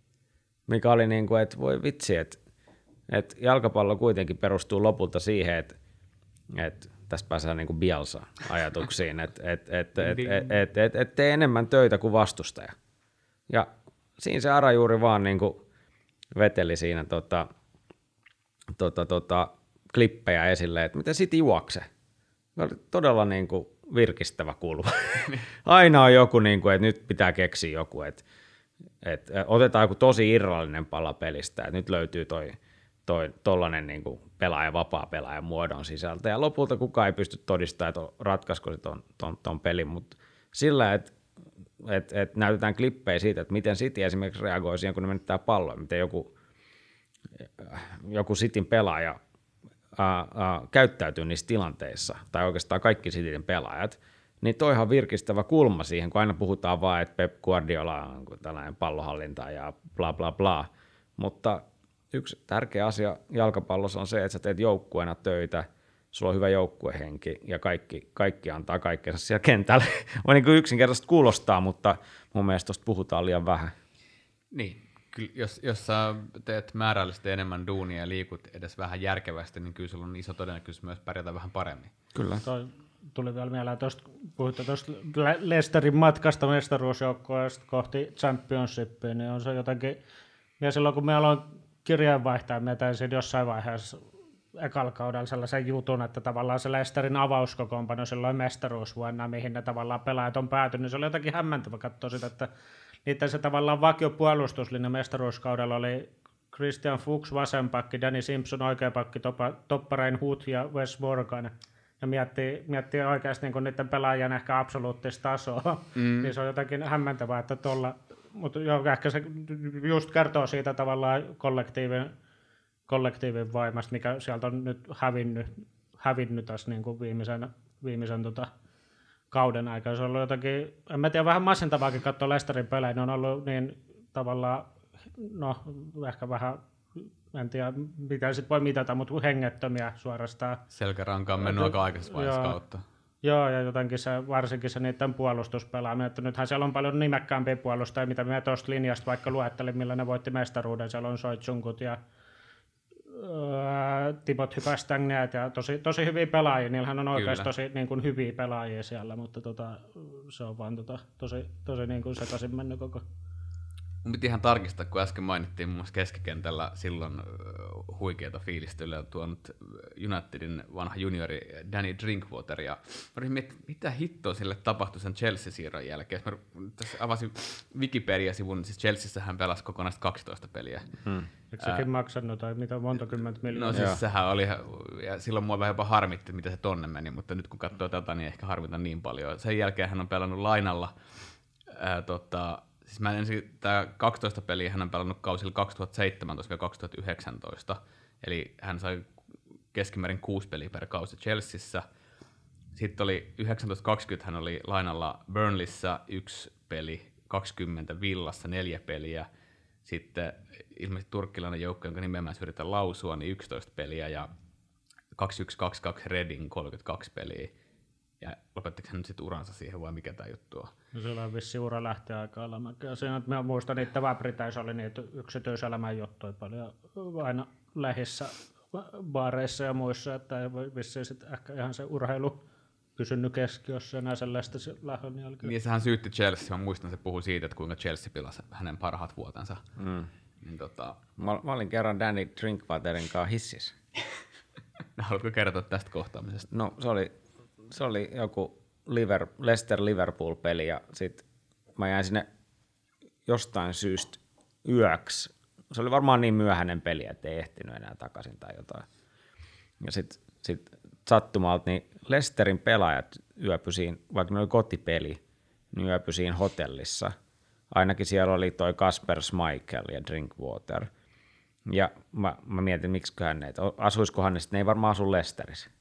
mikä oli niin kuin, että voi vitsi, että, että jalkapallo kuitenkin perustuu lopulta siihen, että, että tästä pääsee niin kuin Bielsa-ajatuksiin, että, että, että, että, että, että, että, että tee enemmän töitä kuin vastustaja. Ja siinä se Arajuuri vaan niin kuin veteli siinä tota, tota, tota, klippejä esille, että miten City juokse. Se oli todella niin kuin virkistävä kulma. Aina on joku, niin kuin, että nyt pitää keksiä joku, että, että otetaan joku tosi irrallinen pala pelistä, että nyt löytyy toi, toi tollainen niin kuin pelaaja, vapaa pelaaja muodon sisältä, ja lopulta kukaan ei pysty todistamaan, että ratkaisko se ton, ton, ton pelin, mutta sillä, että et, et näytetään klippejä siitä, että miten City esimerkiksi reagoi siihen, kun ne menettää palloa, miten joku, joku Cityn pelaaja ää, ää, käyttäytyy niissä tilanteissa, tai oikeastaan kaikki Cityn pelaajat, niin toi ihan virkistävä kulma siihen, kun aina puhutaan vaan, että Pep Guardiola on tällainen pallohallinta ja bla bla bla, mutta yksi tärkeä asia jalkapallossa on se, että sä teet joukkueena töitä, sulla on hyvä joukkuehenki ja kaikki, kaikki antaa kaikkensa siellä kentällä. On niin kuin yksinkertaisesti kuulostaa, mutta mun mielestä tuosta puhutaan liian vähän. Niin, kyllä jos, jos sä teet määrällisesti enemmän duunia ja liikut edes vähän järkevästi, niin kyllä sulla on iso todennäköisyys myös pärjätä vähän paremmin. Kyllä. Toi tuli vielä mieleen, tuosta puhutte tuosta Leicesterin matkasta mestaruusjoukkueesta kohti Championshipia, niin on se jotenkin, ja silloin kun me aloin kirjeenvaihtaa, me taisin jossain vaiheessa ekalla kaudella sellaisen jutun, että tavallaan se Leicesterin avauskokoonpano silloin mestaruusvuonna, mihin ne tavallaan pelaajat on päätynyt, niin se oli jotenkin hämmentävä katsoa sitä, että niiden se tavallaan vakiopuolustuslinja mestaruuskaudella oli Christian Fuchs vasenpakki, Danny Simpson oikeapakki, topparein Hood ja Wes Morgan. Ja miettii, miettii oikeasti niin niiden pelaajien ehkä absoluuttista tasoa, mm. niin se on jotenkin hämmentävää, että tuolla, mutta ehkä se just kertoo siitä tavallaan kollektiivin, kollektiivin voimasta, mikä sieltä on nyt hävinnyt, hävinnyt tässä niin kuin viimeisen, viimeisen tota, kauden aikana. Se on ollut jotenkin, en mä tiedä, vähän masentavaakin katsoa Leicesterin pelejä, ne on ollut niin tavallaan, no ehkä vähän, en tiedä mitä sitten voi mitata, mutta hengettömiä suorastaan. Selkäranka on mennyt aika aikaisessa vaiheessa kautta. Joo, ja jotenkin se, varsinkin se niiden puolustuspelaaminen, että nythän siellä on paljon nimekkäämpiä puolustajia, mitä me tuosta linjasta vaikka luettelin, millä ne voitti mestaruuden. Siellä on Soitsunkut ja ää, Tipot Hypästängneet ja tosi, tosi hyviä pelaajia. Niillähän on oikeasti tosi niin kuin, hyviä pelaajia siellä, mutta tota, se on vaan tota, tosi, tosi niin kuin sekaisin mennyt koko. mun piti ihan tarkistaa, kun äsken mainittiin muun muassa keskikentällä silloin huikeata fiilistä Yle on tuonut Unitedin vanha juniori Danny Drinkwater, ja mä mietin, mitä hittoa sille tapahtui sen Chelsea-siirron jälkeen. Mä tässä avasin Wikipedia-sivun, siis Chelseassa hän pelasi kokonaista kaksitoista peliä. Hmm. Eikö sekin Ää... maksanut tai mitä monta kymmentä miljoonaa? No siis Joo. sehän oli, ja silloin mua vähän jopa harmitti, mitä se tonne meni, mutta nyt kun katsoo tätä, niin ehkä harmita niin paljon. Sen jälkeen hän on pelannut lainalla, ää, tota, siis mä ensin, tää kaksitoista peliä hän on pelannut kausilla kaksituhattaseitsemäntoista kaksituhattayhdeksäntoista, eli hän sai keskimäärin kuusi peliä per kausi Chelseassa. Sitten oli yhdeksäntoista kaksikymmentä hän oli lainalla Burnleyssä yksi peli, kaksikymmentä Villassa neljä peliä, sitten ilmeisesti turkkilainen joukko, jonka nimeä mä yritän lausua, niin yksitoista peliä, ja kaksikymmentäyksi kaksikymmentäkaksi Reading kolmekymmentäkaksi peliä. Ja lopettiko hän nyt sitten uransa siihen, vai mikä tämä juttu on? No sillä on vissi ura lähteä aika alamäkeen. Siinä, että mä muistan, että Väbritäis oli niitä yksityiselämän juttuja paljon aina lähissä baareissa ja muissa, että ei vissiin sitten ehkä ihan se urheilu pysynyt keskiössä enää sellaista lähdön jälkeen. Niin sehän syytti Chelsea, mä muistan, se puhui siitä, että kuinka Chelsea pilasi hänen parhaat vuotensa. Mm. Niin, tota... mä, mä olin kerran Danny Drinkwaterin kanssa hississä. Haluatko kertoa tästä kohtaamisesta? No se oli, se oli joku Liver, Leicester-Liverpool-peli, ja sit mä jäin sinne jostain syystä yöksi. Se oli varmaan niin myöhäinen peli, että ei ehtinyt enää takaisin tai jotain. Ja sitten sit sattumalta niin Leicesterin pelaajat yöpyi siinä, vaikka ne oli kotipeli, niin yöpyi siinä hotellissa. Ainakin siellä oli toi Kasper Schmeichel ja Drinkwater. Ja mä, mä mietin, miksiköhän ne, asuiskohan ne, sit ne ei varmaan asu Leicesterissä.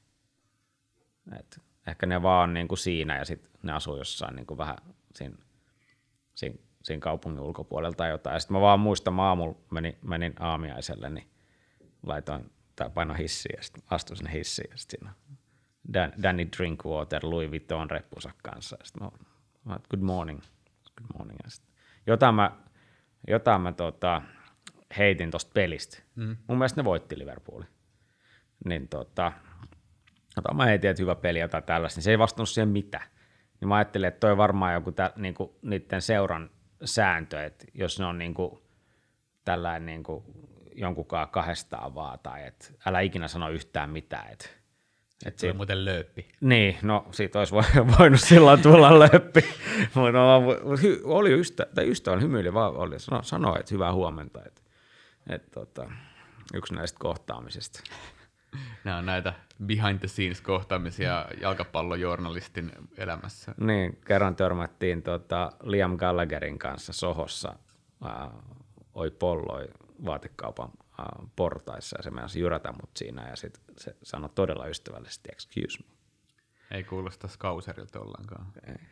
Et ehkä ne vaan niin kuin siinä, ja sitten ne asuu jossain niin kuin vähän siinä, siinä, siinä kaupungin ulkopuolella tai jotain. Ja sitten mä vaan muistan, mä aamulla menin, menin aamiaiselle, niin laitoin tai painoin hissiin ja sitten astuin sinne hissiin. Ja sitten siinä Dan, Danny Drinkwater, Louis Vuitton reppunsa kanssa. Ja sitten mä, mä good morning. Good morning. Ja sit, jotain mä, jotain mä tota, heitin tosta pelistä. Mm. Mun mielestä ne voitti Liverpoolin. Niin tota... Ota, mä heitin, että hyvä peli jotain tällaista, niin se ei vastannut siihen mitään. Niin mä ajattelin, että toi varmaan joku tä, niinku, niiden seuran sääntö, että jos ne on niinku, tällainen niinku, jonkunkaan kahdestaan vaan, tai että älä ikinä sano yhtään mitään. Että, että se on muuten lööppi. Niin, no siitä olisi voinut silloin tulla lööppi. No, oli ystä, tai ystävän hymyili vaan, oli, sano, sanoi, että hyvää huomenta. Että, että, tota, yksi näistä kohtaamisista. Nämä on näitä behind the scenes kohtaamisia jalkapallojournalistin elämässä. Niin, kerran törmättiin tota Liam Gallagherin kanssa Sohossa, ää, oi polloi vaatekaupan ää, portaissa, ja se meinasi jyrätä mut siinä, ja sit se sanoi todella ystävällisesti, excuse me. Ei kuulosta skauserilta ollenkaan.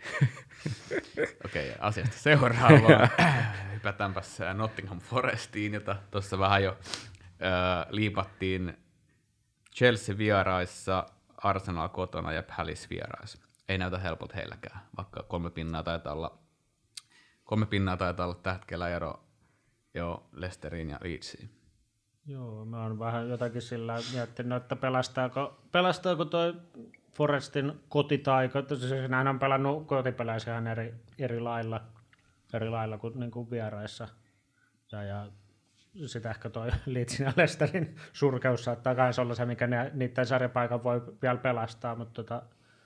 Okei, okay, asiasta seuraavaan. Hypätäänpäs Nottingham Forestiin, jota tuossa vähän jo ää, liipattiin. Chelsea vieraissa, Arsenal kotona ja Palace vieraissa. Ei näytä helpolta heilläkään, vaikka kolme pinnaa taitaa olla, kolme pinnaa taitaa olla tällä hetkellä ero jo Leicesteriin ja Leedsiin. Joo, mä oon vähän jotakin sillä miettinyt, että pelastaako, pelastaako toi Forestin kotitaiko, siis näin on pelannut kotipeleisiä ihan eri, eri lailla, eri lailla kuin, niin kuin vieraissa. Ja, ja sitä ehkä toi Leedsin ja Leicesterin surkeus saattaa kai olla se, mikä ne, niiden sarjapaikan voi vielä pelastaa, mutta tota,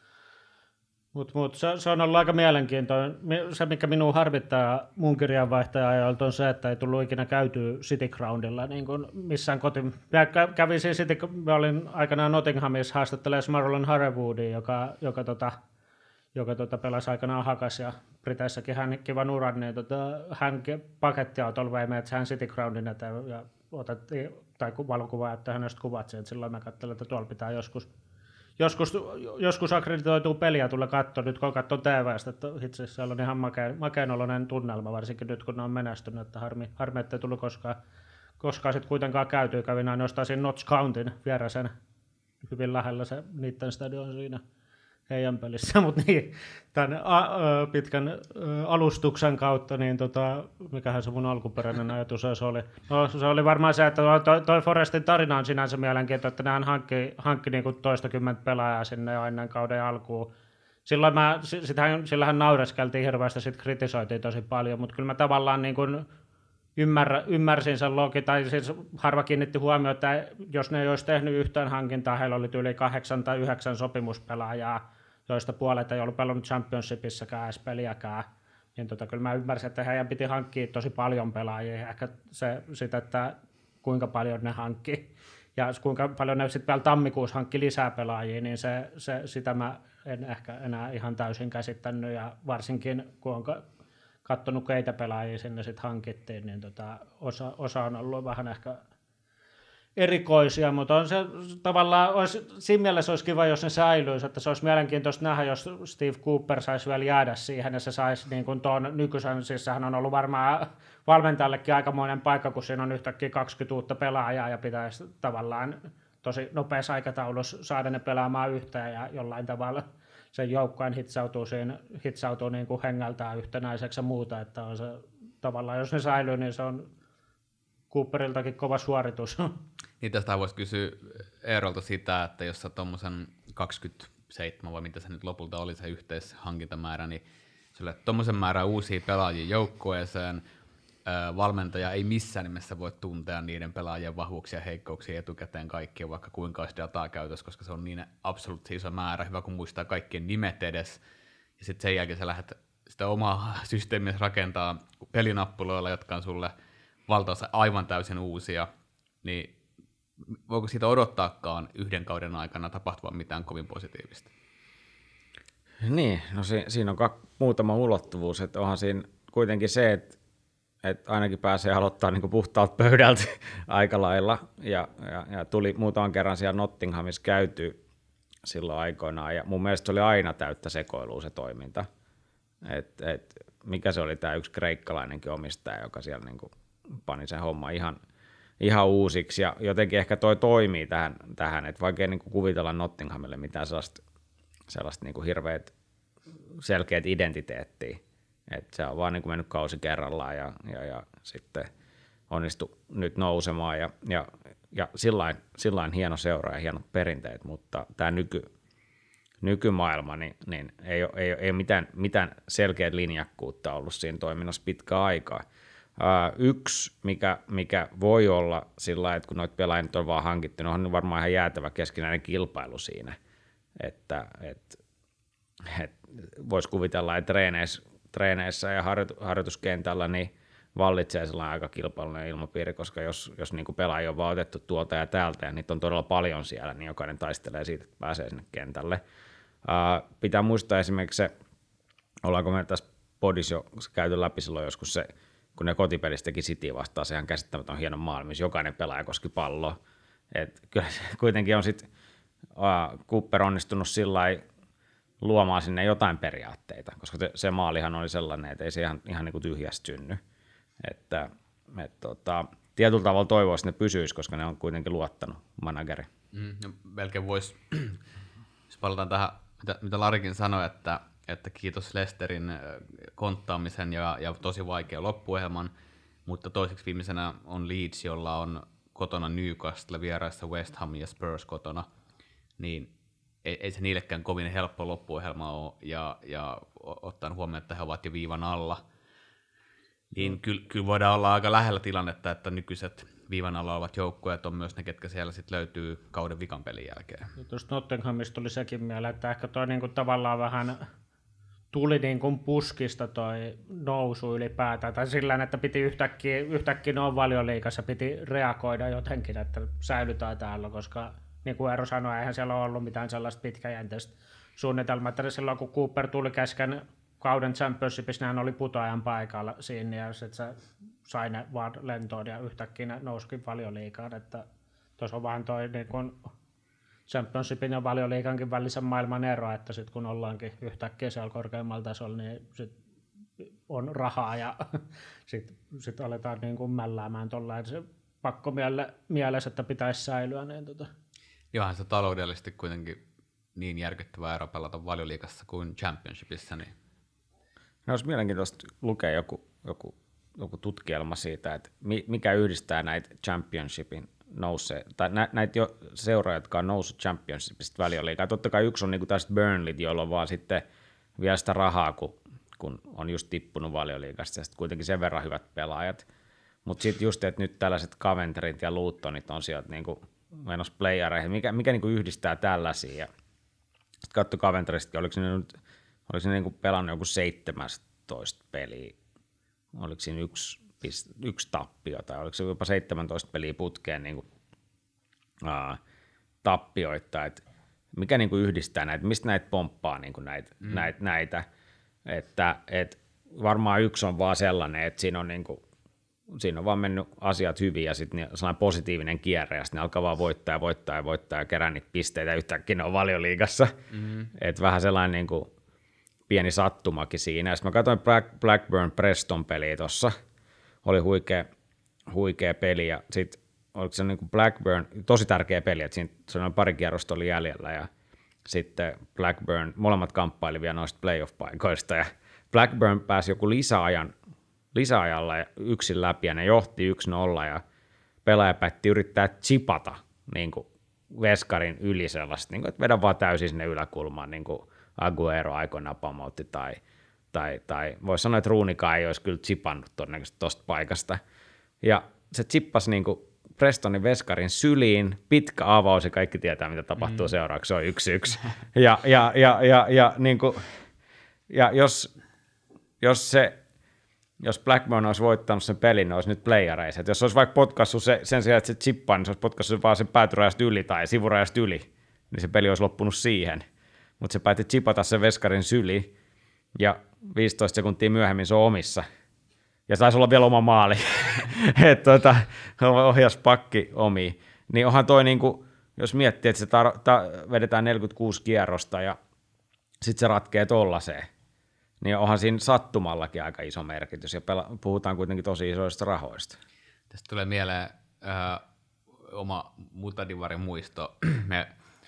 mut, mut, se, se on ollut aika mielenkiintoinen. Se, mikä minua harvittaa mun kirjanvaihtaja-ajoilta on se, että ei tullut ikinä käytyä City Groundilla niin kuin missään kotiin. Kävin siinä City, mä olin aikanaan Nottinghamissa haastattelemaan Marlon Harrowoodia, joka, joka tota, joka tota pelasi aikanaan Hakas ja Briteissäkin hän kivan uran, niin tota, hän pakettiautolla vei meidät hän City Groundin eteen ja otettiin, tai valokuva, että hänestä kuvat sieltä. Silloin mä katselin, että tuolla pitää joskus, joskus, joskus akkreditoituu peliä tulla katsoa, nyt kun katsoo T V:stä, että itse asiassa siellä on ihan makea, makeenoloinen tunnelma, varsinkin nyt kun ne on menestynyt, että harmi, harmi ettei tullut koskaan, koskaan sitten kuitenkaan käytyy. Kävin ainoastaan siinä Notts Countin vierasen hyvin lähellä se niiden stadion siinä heidän pelissä, mutta niin, tämän a, a, pitkän a, alustuksen kautta, niin tota, mikähän se mun alkuperäinen ajatus oli. No, se oli varmaan se, että toi, toi Forestin tarina on sinänsä mielenkiintoinen, että nehän hankki, hankki niinku toistakymmentä pelaajaa sinne jo ennen kauden alkuun. Silloin mä, sitähän, sillähän naureskeltiin hirveästi, sit kritisoitiin tosi paljon, mutta kyllä mä tavallaan niin kun ymmärrä, ymmärsin sen logi, tai siis harva kiinnitti huomioon, että jos ne ei olisi tehnyt yhtään hankintaa, heillä oli yli kahdeksan tai yhdeksän sopimuspelaajaa, joista puolet ei ollut pelannut Championshipissäkään edes peliäkään. Niin tota, kyllä mä ymmärsin, että heidän piti hankkia tosi paljon pelaajia, ehkä se, sitä, että kuinka paljon ne hankki, ja kuinka paljon ne sitten vielä tammikuussa hankki lisää pelaajia, niin se, se, sitä mä en ehkä enää ihan täysin käsittänyt, ja varsinkin kun on katsonut keitä pelaajia sinne sitten hankittiin, niin tota, osa, osa on ollut vähän ehkä erikoisia, mutta on se tavallaan, olisi, siinä mielessä olisi kiva, jos ne säilyisi, että se olisi mielenkiintoista nähdä, jos Steve Cooper saisi vielä jäädä siihen, ja se saisi niin kuin tuon nykyisen, siis sehän on ollut varmaan valmentajallekin aikamoinen paikka, kun siinä on yhtäkkiä kaksikymmentä uutta pelaajaa, ja pitäisi tavallaan tosi nopeassa aikataulussa saada ne pelaamaan yhteen, ja jollain tavalla sen joukkueen hitsautuu, siinä, hitsautuu niin kuin hengältään yhtenäiseksi ja muuta, että on se, tavallaan jos ne säilyy, niin se on Cooperiltakin kova suoritus. Niin tästä voisi kysyä Eerolta sitä, että jos sä tuommoisen kaksikymmentäseitsemän vai mitä se nyt lopulta oli se yhteishankintamäärä, niin sulle tuommoisen määrän uusia pelaajia joukkueeseen, valmentaja ei missään nimessä voi tuntea niiden pelaajien vahvuuksia ja heikkouksia etukäteen kaikkia, vaikka kuinka olisi dataa käytössä, koska se on niin absoluuttisesti iso määrä, hyvä kun muistaa kaikkien nimet edes, ja sitten sen jälkeen sä lähdet sitä omaa systeemiä rakentaa pelinappuloilla, jotka on sulle valtaosa aivan täysin uusia, niin voiko siitä odottaakaan yhden kauden aikana tapahtuvan mitään kovin positiivista? Niin, no si- siinä on kak- muutama ulottuvuus, että onhan siinä kuitenkin se, että, että ainakin pääsee aloittaa niin kuin puhtaalta pöydältä aika lailla, ja, ja, ja tuli muutaman kerran siellä Nottinghamissa käyty silloin aikoinaan, ja mun mielestä se oli aina täyttä sekoilua se toiminta, että et, mikä se oli tämä yksi kreikkalainenkin omistaja, joka siellä niin kuin pani sen homma ihan, ihan uusiksi, ja jotenkin ehkä toi toimii tähän, tähän että vaikea niin kuin kuvitella Nottinghamille mitään sellaista, sellaista niin kuin hirveät selkeät identiteettiä, että se on vaan niin kuin mennyt kausi kerrallaan, ja, ja, ja sitten onnistu nyt nousemaan, ja, ja, ja sillain, sillain hieno seura ja hienot perinteet, mutta tämä nyky, nykymaailma, niin, niin ei, ole, ei, ole, ei ole mitään, mitään selkeät linjakkuutta ollut siinä toiminnassa pitkään aikaa. Uh, yksi, mikä, mikä voi olla sillä lailla, että kun noita pelaajia on vaan hankittu, niin on varmaan ihan jäätävä keskinäinen kilpailu siinä, että et, et voisi kuvitella, että treeneissä, treeneissä ja harjoitu, harjoituskentällä niin vallitsee sellainen aika kilpailullinen ilmapiiri, koska jos, jos niin kuin pelaajia on vaan otettu tuolta ja täältä, ja niitä on todella paljon siellä, niin jokainen taistelee siitä, että pääsee sinne kentälle. Uh, pitää muistaa esimerkiksi se, ollaanko me tässä podissa jo käyty läpi silloin joskus se, kun ne kotipelissä teki City vastaan, se ihan käsittämätön hieno maali, missä jokainen pelaaja koski palloa. Et kyllä se kuitenkin on sitten uh, Cooper onnistunut sillä lailla luomaan sinne jotain periaatteita, koska se, se maalihan oli sellainen, että ei se ihan, ihan niin kuin tyhjästä synny. Että, et, tota, tietyllä tavalla toivoisi, että ne pysyisi, koska ne on kuitenkin luottanut manageri. Mm, no, melkein voisi, jos palataan tähän, mitä, mitä Larikin sanoi, että että kiitos Leicesterin konttaamisen ja, ja tosi vaikea loppuohjelman, mutta toiseksi viimeisenä on Leeds, jolla on kotona Newcastle, vieraissa West Ham ja Spurs kotona, niin ei, ei se niillekään kovin helppo loppuohjelma ole, ja, ja ottaen huomioon, että he ovat jo viivan alla, niin mm. kyllä, kyllä voidaan olla aika lähellä tilannetta, että nykyiset viivan alla olevat joukkueet on myös ne, ketkä siellä sitten löytyy kauden vikan pelin jälkeen. Tuosta Nottinghamista tuli sekin mieleen, että ehkä toi niinku tavallaan vähän tuli niin kuin puskista toi nousu ylipäätään, tai sillä että piti yhtäkkiä, yhtäkkiä noin Valioliigassa, piti reagoida jotenkin, että säilytään täällä, koska niin kuin Eero sanoi, eihän siellä ole ollut mitään sellaista pitkäjänteistä suunnitelmaa, että silloin kun Cooper tuli kesken kauden Championshipissa, hän oli putoajan paikalla siinä, ja sitten se sai ne vaan lentoon, ja yhtäkkiä ne nousikin Valioliigaan, että tuossa on vaan toi niin kuin Championshipin ja Valioliigankin välisen maailman ero, että sitten kun ollaankin yhtäkkiä siellä korkeammalla tasolla, niin sit on rahaa ja sitten sit aletaan niin kuin mälläämään tuollainen se pakko miele, mielessä, että pitäisi säilyä. Niin tota. Johan se taloudellisesti kuitenkin niin järkyttävä ero pelata Valioliigassa kuin Championshipissa. Niin. No, olisi mielenkiintoista lukea joku, joku, joku tutkielma siitä, että mikä yhdistää näitä Championshipin nousee, tai nä, näitä jo seuroja, jotka on noussut Championshipista Valioliigaan. Totta kai yksi on niin tästä Burnley, jolla on vaan sitten vielä sitä rahaa, kun, kun on just tippunut Valioliigasta, ja sitten kuitenkin sen verran hyvät pelaajat. Mutta sitten just, että nyt tällaiset Coventryt ja Lutonit on sieltä niinku menossa playereihin, mikä, mikä niinku yhdistää tällaisia. Ja sitten katso Coventrystakin, oliko ne nyt oliko ne niinku pelannut joku seitsemäntoista peliä, oliko siinä yksi, yksi tappio, tai oliko se jopa seitsemäntoista peliä putkeen niinku, aa, tappioita, että mikä niinku yhdistää näitä, mistä näitä pomppaa niinku näitä, mm. näitä, näitä. Että et varmaan yksi on vaan sellainen, että siinä on, niinku, siinä on vaan mennyt asiat hyvin ja sitten sellainen positiivinen kierre ja sitten ne alkaa vaan voittaa ja voittaa ja voittaa ja kerää niitä pisteitä ja yhtäkkiä ne on Valioliigassa. Mm. Että vähän sellainen niinku pieni sattumakin siinä. Ja sitten mä katsoin Black, Blackburn Preston peliä tuossa, oli huikea, huikea peli ja sitten oliko se niinku Blackburn, tosi tärkeä peli, että siinä sellainen pari kierrosta oli jäljellä ja sitten Blackburn, molemmat kamppaili vielä noista playoff-paikoista ja Blackburn pääsi joku lisäajan, lisäajalla yksin läpi ja ne johti yksi nolla ja pelaaja päätti yrittää chipata niin kuin veskarin yli sellaista, niin kuin, että vedä vaan täysin sinne yläkulmaan, niin kuin Aguero aikoinaan pamautti tai, tai, tai voisi sanoa, että Rooneykaan ei olisi kyllä chipannut todennäköisesti tuosta paikasta. Ja se chippasi niin kuin Prestonin veskarin syliin, pitkä avaus ja kaikki tietää, mitä tapahtuu mm. seuraavaksi, se on yksi yksi. Ja, ja, ja, ja, ja, niin kuin, ja jos, jos, se, jos Blackburn olisi voittanut sen pelin, ne olisi nyt playereissa. Et jos olisi vaikka potkaissut se, sen sijaan, että se chippaa, niin se olisi potkaissut vaan sen päätyrajasta yli tai sivurajasta yli, niin se peli olisi loppunut siihen. Mutta se päätti chipata sen veskarin syliin ja viisitoista sekuntia myöhemmin se on omissa. Ja taisi olla vielä oma maali, että tuota, ohjas pakki omiin. Niin onhan toi, niinku, jos miettii, että se tar- ta- vedetään neljäkymmentäkuusi kierrosta ja sitten se ratkee tollaiseen, niin onhan siinä sattumallakin aika iso merkitys ja pela- puhutaan kuitenkin tosi isoista rahoista. Tästä tulee mieleen äh, oma Mutadivarin muisto. Me,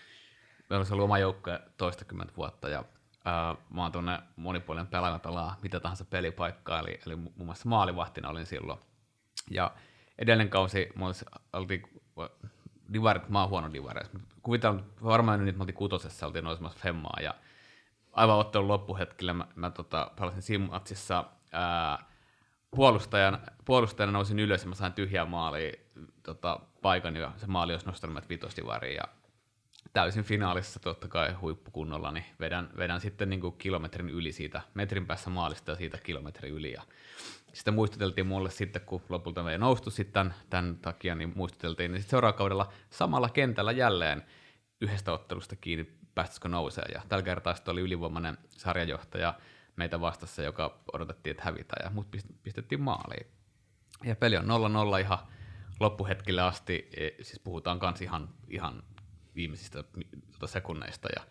me olisi ollut oma joukkue toistakymmentä vuotta ja Uh, mä oon tuonne monipuolinen pelaaja, pelaa mitä tahansa pelipaikkaa, eli, eli muun muassa maalivahtina olin silloin. Ja edellinen kausi, me oltiin divarit, mä oon huono divareissa. Kuvitellaan, varmaan nyt me oltiin kutosessa, oltiin nousemassa femmaa, ja aivan ottelun loppuhetkellä mä, mä tota, pelasin Simmatsissa uh, puolustajan, puolustajana nousin ylös ja mä sain tyhjää maalia tota, paikan, ja se maali olisi nostanut meidät vitosdivariin, ja täysin finaalissa totta kai huippukunnolla, niin vedän, vedän sitten niin kuin kilometrin yli siitä, metrin päässä maalista ja siitä kilometrin yli. Ja sitten muistuteltiin mulle sitten, kun lopulta me ei noustu sitten tämän takia, niin muistuteltiin, niin sitten seuraavalla kaudella samalla kentällä jälleen yhdestä ottelusta kiinni, päästäisikö nousee. Ja tällä kertaa sitten oli ylivoimainen sarjajohtaja meitä vastassa, joka odotettiin, että hävitään, ja mut pistettiin maaliin. Ja peli on nolla nolla ihan loppuhetkille asti, siis puhutaan kans ihan, ihan viimeisistä tuota sekunneista, ja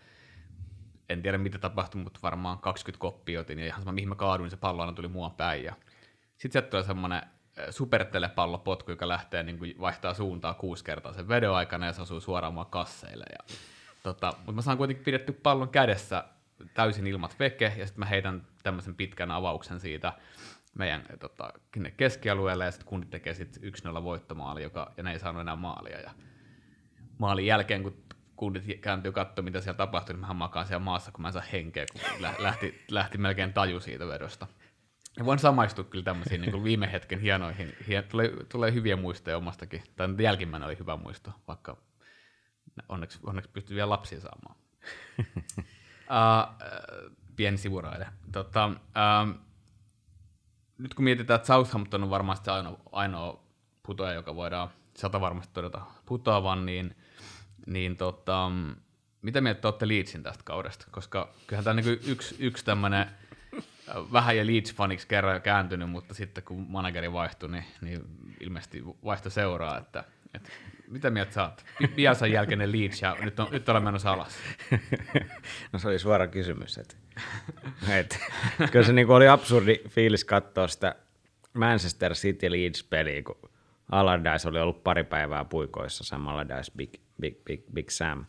en tiedä mitä tapahtui, mutta varmaan kaksikymmentä koppia otin, ja ihan sama mihin mä kaaduin, niin se pallo aina tuli mua päin, ja sitten sieltä tulee semmoinen supertelepallopotku, joka lähtee niin kuin vaihtaa suuntaa kuusi kertaa sen vedon aikana, ja se osuu suoraan mua kasseille, ja tota, mutta mä saan kuitenkin pidetty pallon kädessä täysin ilmat veke, ja sitten mä heitän tämmöisen pitkän avauksen siitä meidän tota, keskialueelle, ja sitten kunnit tekee sitten yksi nolla voittomaali, joka, ja ne ei saanut enää maalia, ja maalin jälkeen, kun kundit kääntyy katsomaan, mitä siellä tapahtui, niin mähän makaan siellä maassa, kun mä en saa henkeä, kun lähti, lähti melkein taju siitä vedosta. Ja voin samaistua kyllä tämmöisiin niin viime hetken hienoihin, hien, tulee, tulee hyviä muistoja omastakin, tai jälkimmäinen oli hyvä muisto, vaikka onneksi, onneksi pystyi vielä lapsia saamaan. uh, pieni sivuraide. Tota, uh, nyt kun mietitään, että Southampton on varmasti ainoa, ainoa putoja, joka voidaan sata varmasti todeta putoavan, niin, niin tota, mitä mieltä olette Leedsin tästä kaudesta? Koska kyllähän tämä on niin yksi, yksi tämmöinen vähän ja Leeds-faniksi kerran jo kääntynyt, mutta sitten kun manageri vaihtui, niin, niin ilmeisesti vaihtoi seuraa. Että, että mitä mieltä sä oot? Bielsan jälkeinen Leeds ja nyt, on, nyt ollaan menossa alas. No se oli suora kysymys. Että, että, kyllä se niin oli absurdi fiilis katsoa sitä Manchester City Leeds-peliä, kun Allardyce oli ollut pari päivää puikoissa, Sam Allardyce, Big, Big, Big, Big Sam,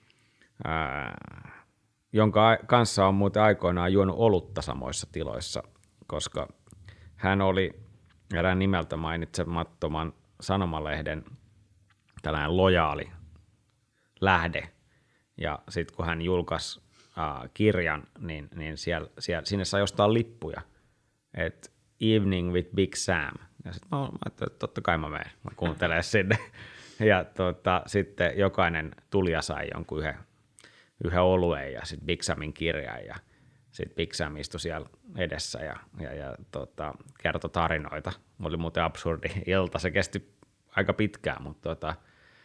ää, jonka kanssa on muuten aikoinaan juonut olutta samoissa tiloissa, koska hän oli erään nimeltä mainitsemattoman sanomalehden tällainen lojaali lähde, ja sitten kun hän julkaisi ää, kirjan, niin, niin siellä, siellä, sinne sai ostaa lippuja, että Evening with Big Sam. Ja sitten mä ajattelin, että totta kai mä menen, mä kuuntelen sinne. Ja tota, sitten jokainen tulija sai jonkun yhden, yhden oluen ja sitten Big Samin kirjan. Ja sitten Big Sam istui siellä edessä ja, ja, ja tota, kertoi tarinoita. Oli muuten absurdi ilta, se kesti aika pitkään, mutta tota,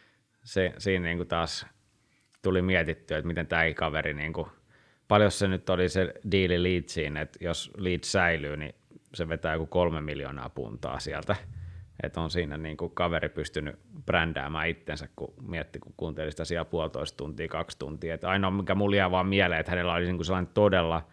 se, siinä niinku taas tuli mietittyä, että miten tämä kaveri, niinku, paljon se nyt oli se diili Leedsiin, että jos Leeds säilyy, niin se vetää joku kolme miljoonaa puntaa sieltä. Että on siinä niinku kaveri pystynyt brändäämään itsensä, kun mietti, kun kuunteli sitä siellä puolitoista tuntia, kaksi tuntia. Et ainoa, mikä mulla jää vaan mieleen, että hänellä oli niinku sellainen todella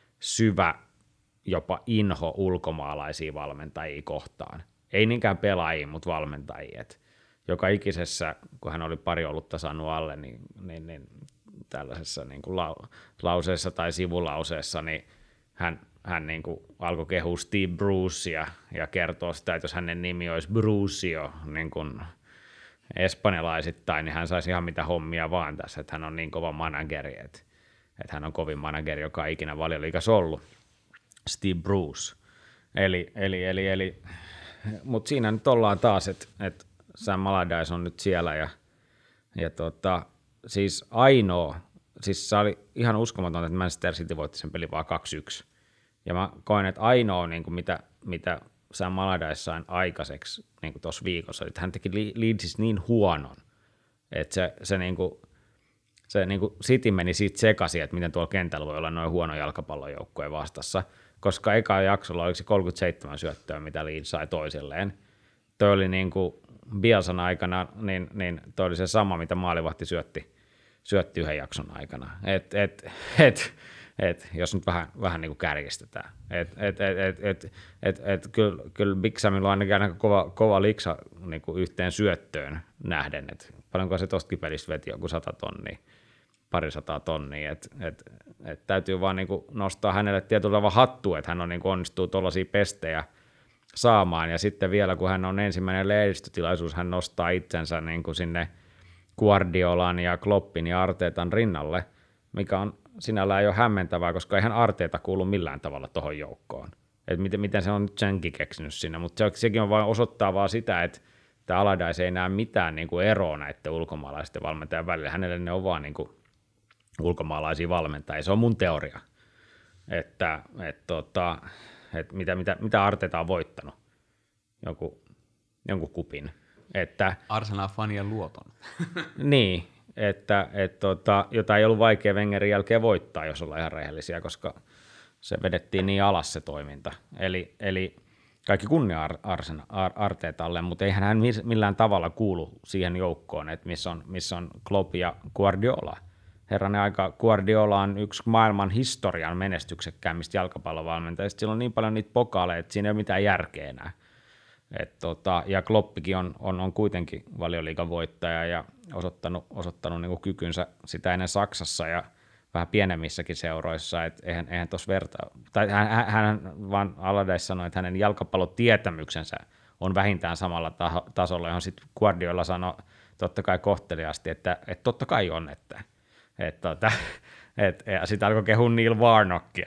syvä jopa inho ulkomaalaisia valmentajia kohtaan. Ei niinkään pelaajia, mutta valmentajia. Et joka ikisessä, kun hän oli pari olutta saanut alle, niin, niin, niin tällaisessa niin kuin lau, lauseessa tai sivulauseessa, niin hän, hän niin kuin alkoi kehua Steve Brucea ja kertoo sitä, että jos hänen nimi olisi Brucio niin kuin espanjalaisittain, niin hän saisi ihan mitä hommia vaan tässä, että hän on niin kova manageri, että, että hän on kovin manageri, joka on ikinä Valioliigassa ollut, Steve Bruce. Eli, eli, eli, eli mutta siinä nyt ollaan taas, että, että Sam Allardyce on nyt siellä ja, ja tota, siis ainoa, siis se oli ihan uskomatonta, että Manchester City voitti sen pelin vaan kaksi yksi. Ja mä koen, että ainoa, niin kuin mitä, mitä Sam Allardyce sain aikaiseksi niin tuossa viikossa, että hän teki Leedsissä niin huonon, että se, se, niin kuin, se niin kuin City meni siitä sekaisin, että miten tuolla kentällä voi olla noin huono jalkapallojoukkojen vastassa, koska eka jaksolla oliko se kolmekymmentäseitsemän syöttöä, mitä Leeds sai toisilleen. Toi oli niin kuin Bielsan aikana, niin, niin toi oli se sama, mitä maalivahti syötti, syötti yhden jakson aikana. Et, et, et, et, jos nyt vähän, vähän niin kuin kärjistetään. Et, et, et, et, et, et, et, kyllä, kyllä Big Samilla on ainakin aika kova, kova liksa niin kuin yhteen syöttöön nähden. Et paljonko se tostakin pelistä veti joku sata tonnia, pari sataa tonnia. Et, et, et täytyy vaan niin kuin nostaa hänelle tietyllä tavalla hattua, että hän on, niin kuin onnistuu tuollaisia pestejä saamaan, ja sitten vielä kun hän on ensimmäinen lehdistötilaisuus, hän nostaa itsensä niin kuin sinne Guardiolan ja Kloppin ja Arteetan rinnalle, mikä on sinällään jo hämmentävää, koska eihän Arteeta kuulu millään tavalla tuohon joukkoon. Et miten, miten se on nyt senkin keksinyt sinne, mutta se, sekin on vain osoittaa vaan sitä, että tämä Allardyce ei näe mitään niin kuin eroa näiden ulkomaalaisten valmentajien välillä. Hänelle ne on vaan niin kuin ulkomaalaisia valmentajia. Se on mun teoria, että et, tota, et mitä, mitä, mitä Arteeta on voittanut, joku, jonkun kupin. Että, Arsenal-fanien luoton. niin, että et, tota, jota ei ollut vaikea Wengerin jälkeen voittaa, jos ollaan ihan rehellisiä, koska se vedettiin niin alas se toiminta. Eli, eli kaikki kunnia Ar- Arsen, Ar- Arteetalle, mutta eihän hän millään tavalla kuulu siihen joukkoon, että missä on, missä on Klopp ja Guardiola. Herranen aika, Guardiola on yksi maailman historian menestyksekkäimmistä jalkapallovalmentajista. Sillä on niin paljon niitä pokaaleja, että siinä ei ole mitään järkeä enää. Et tota, ja Kloppikin on, on, on kuitenkin Valioliigan voittaja ja osoittanut, osoittanut niin kuin kykynsä sitä ennen Saksassa ja vähän pienemmissäkin seuroissa. Et eihän, eihän tuossa verta, tai hän, hän vaan Allardyce sanoi, että hänen jalkapallotietämyksensä on vähintään samalla taho, tasolla, johon sitten Guardiola sanoi totta kai kohteliaasti, että, että totta kai on, että Et, tota, et, ja sitten alkoi kehua Neil Warnockia.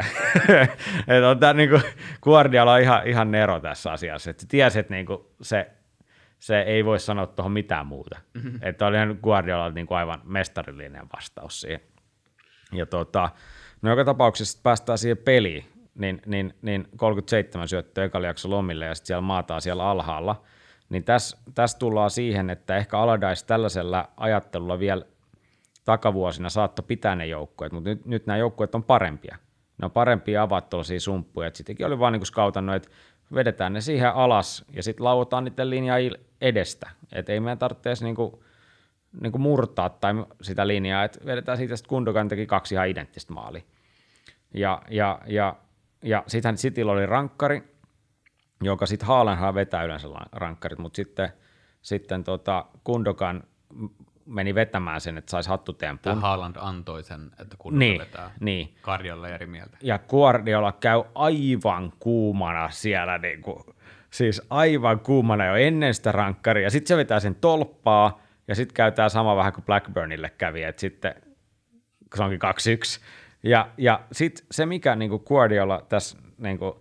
et, on niinku, Guardiola on ihan, ihan nero tässä asiassa. Et se tiesi, että niinku, se, se ei voi sanoa tuohon mitään muuta. Mm-hmm. Että oli Guardiola niinku aivan mestarillinen vastaus siihen. Ja tota, no joka tapauksessa päästään siihen peliin, niin, niin, niin kolmekymmentäseitsemän syöttöä ekalla jakso lomille ja sitten siellä maataan siellä alhaalla. Niin tässä täs tullaan siihen, että ehkä Allardyce tällaisella ajattelulla vielä takavuosina saattoi pitää ne joukkueet, mutta nyt, nyt nämä joukkueet on parempia. Ne on parempia avaa tuollaisia sumppuja. Sittenkin oli vaan niin kuin skautannut, että vedetään ne siihen alas ja sitten lauotaan niiden linjaa edestä. Että ei meidän tarvitse niin kuin, niin kuin murtaa tai sitä linjaa, että vedetään siitä, että Gundogan teki kaksi ihan identtistä maalia. Ja, ja, ja, ja sittenhän Cityllä oli rankkari, joka sitten Haalandhan vetää yleensä rankkarit, mutta sitten, sitten tota Gundogan meni vetämään sen, että saisi hattutempun. Tämä Haaland antoi sen, että kun niin, vetää niin. Guardiola eri mieltä. Ja Guardiola käy aivan kuumana siellä, niin kuin, siis aivan kuumana jo ennen sitä rankkaria. Sitten se vetää sen tolppaa, ja sitten käy tämä sama vähän kuin Blackburnille kävi, että sitten se onkin kaksi yksi. Ja, ja sitten se, mikä niin kuin Guardiola tässä niin kuin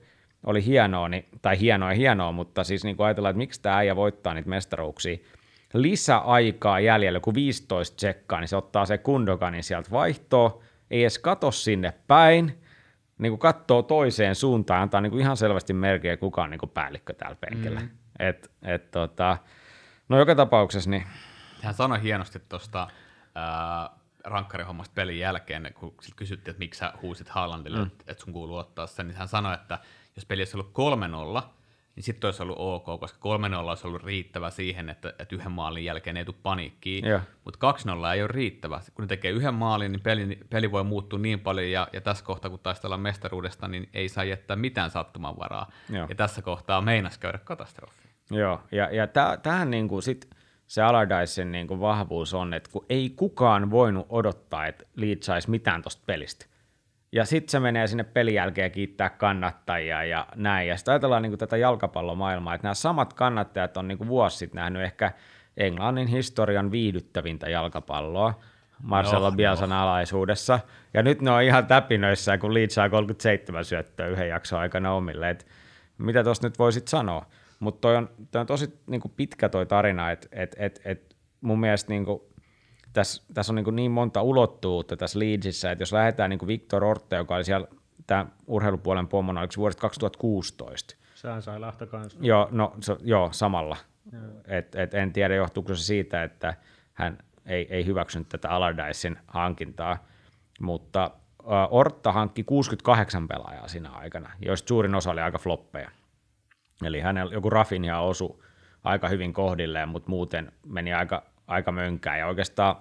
oli hienoa, niin, tai hienoa ja hienoa, mutta siis niin kuin ajatellaan, että miksi tämä äijä voittaa niitä mestaruuksia, lisäaikaa jäljellä, kun viisitoista tsekkaa, niin se ottaa se Gundoganin sieltä vaihtoa, ei edes kato sinne päin, niin kuin katsoo toiseen suuntaan, antaa niin kuin ihan selvästi merkkiä, kuka on niin kuin päällikkö täällä penkillä. Mm. Et, et, tota, no joka tapauksessa niin... Hän sanoi hienosti tuosta rankkarihommasta pelin jälkeen, kun kysyttiin, että miksi sä huusit Haalandille, mm. että et sun kuuluu ottaa sen, niin hän sanoi, että jos peli olisi ollut kolme nolla, niin sitten olisi ollut ok, koska kolme nolla olisi ollut riittävä siihen, että, että yhden maalin jälkeen ei tule paniikkiin, mutta kaksi nolla ei ole riittävä. Kun ne tekee yhden maalin, niin peli, peli voi muuttua niin paljon, ja, ja tässä kohtaa, kun taistellaan mestaruudesta, niin ei saa jättää mitään sattumanvaraa. Joo. Ja tässä kohtaa meinas käydä katastrofi. Joo, ja, ja tähän niin kuin sit se Allardycen niin kuin vahvuus on, että kun ei kukaan voinut odottaa, että Leeds saisi mitään tuosta pelistä. Ja sitten se menee sinne pelin jälkeen kiittää kannattajia ja näin. Ja sitten ajatellaan niin kuin tätä jalkapallomaailmaa, että nämä samat kannattajat on niin kuin vuosi sitten nähnyt ehkä Englannin historian viihdyttävintä jalkapalloa Marcelo no, Bielsan no. alaisuudessa. Ja nyt ne on ihan täpinöissään, kun Leeds saa kolmekymmentäseitsemän syöttöä yhden jakson aikana omille. Et mitä tuosta nyt voisit sanoa? Mutta toi on, toi on tosi niin kuin pitkä toi tarina, että et, et, et mun mielestä niin kuin Tässä, tässä on niin, niin monta ulottuvuutta tässä Leedsissä, että jos lähdetään niin Victor Orta, joka oli siellä tämä urheilupuolen pommona, oliko se vuodesta kaksituhattakuusitoista? Sehän sai lähtö kanssa. Joo, no, se, joo samalla. Et, et en tiedä, johtuuko se siitä, että hän ei, ei hyväksynyt tätä Allardycen hankintaa, mutta uh, Orta hankki kuusikymmentäkahdeksan pelaajaa siinä aikana, joista suurin osa oli aika floppeja. Eli hänellä joku Rafinha osui aika hyvin kohdilleen, mutta muuten meni aika aika mönkää, ja oikeastaan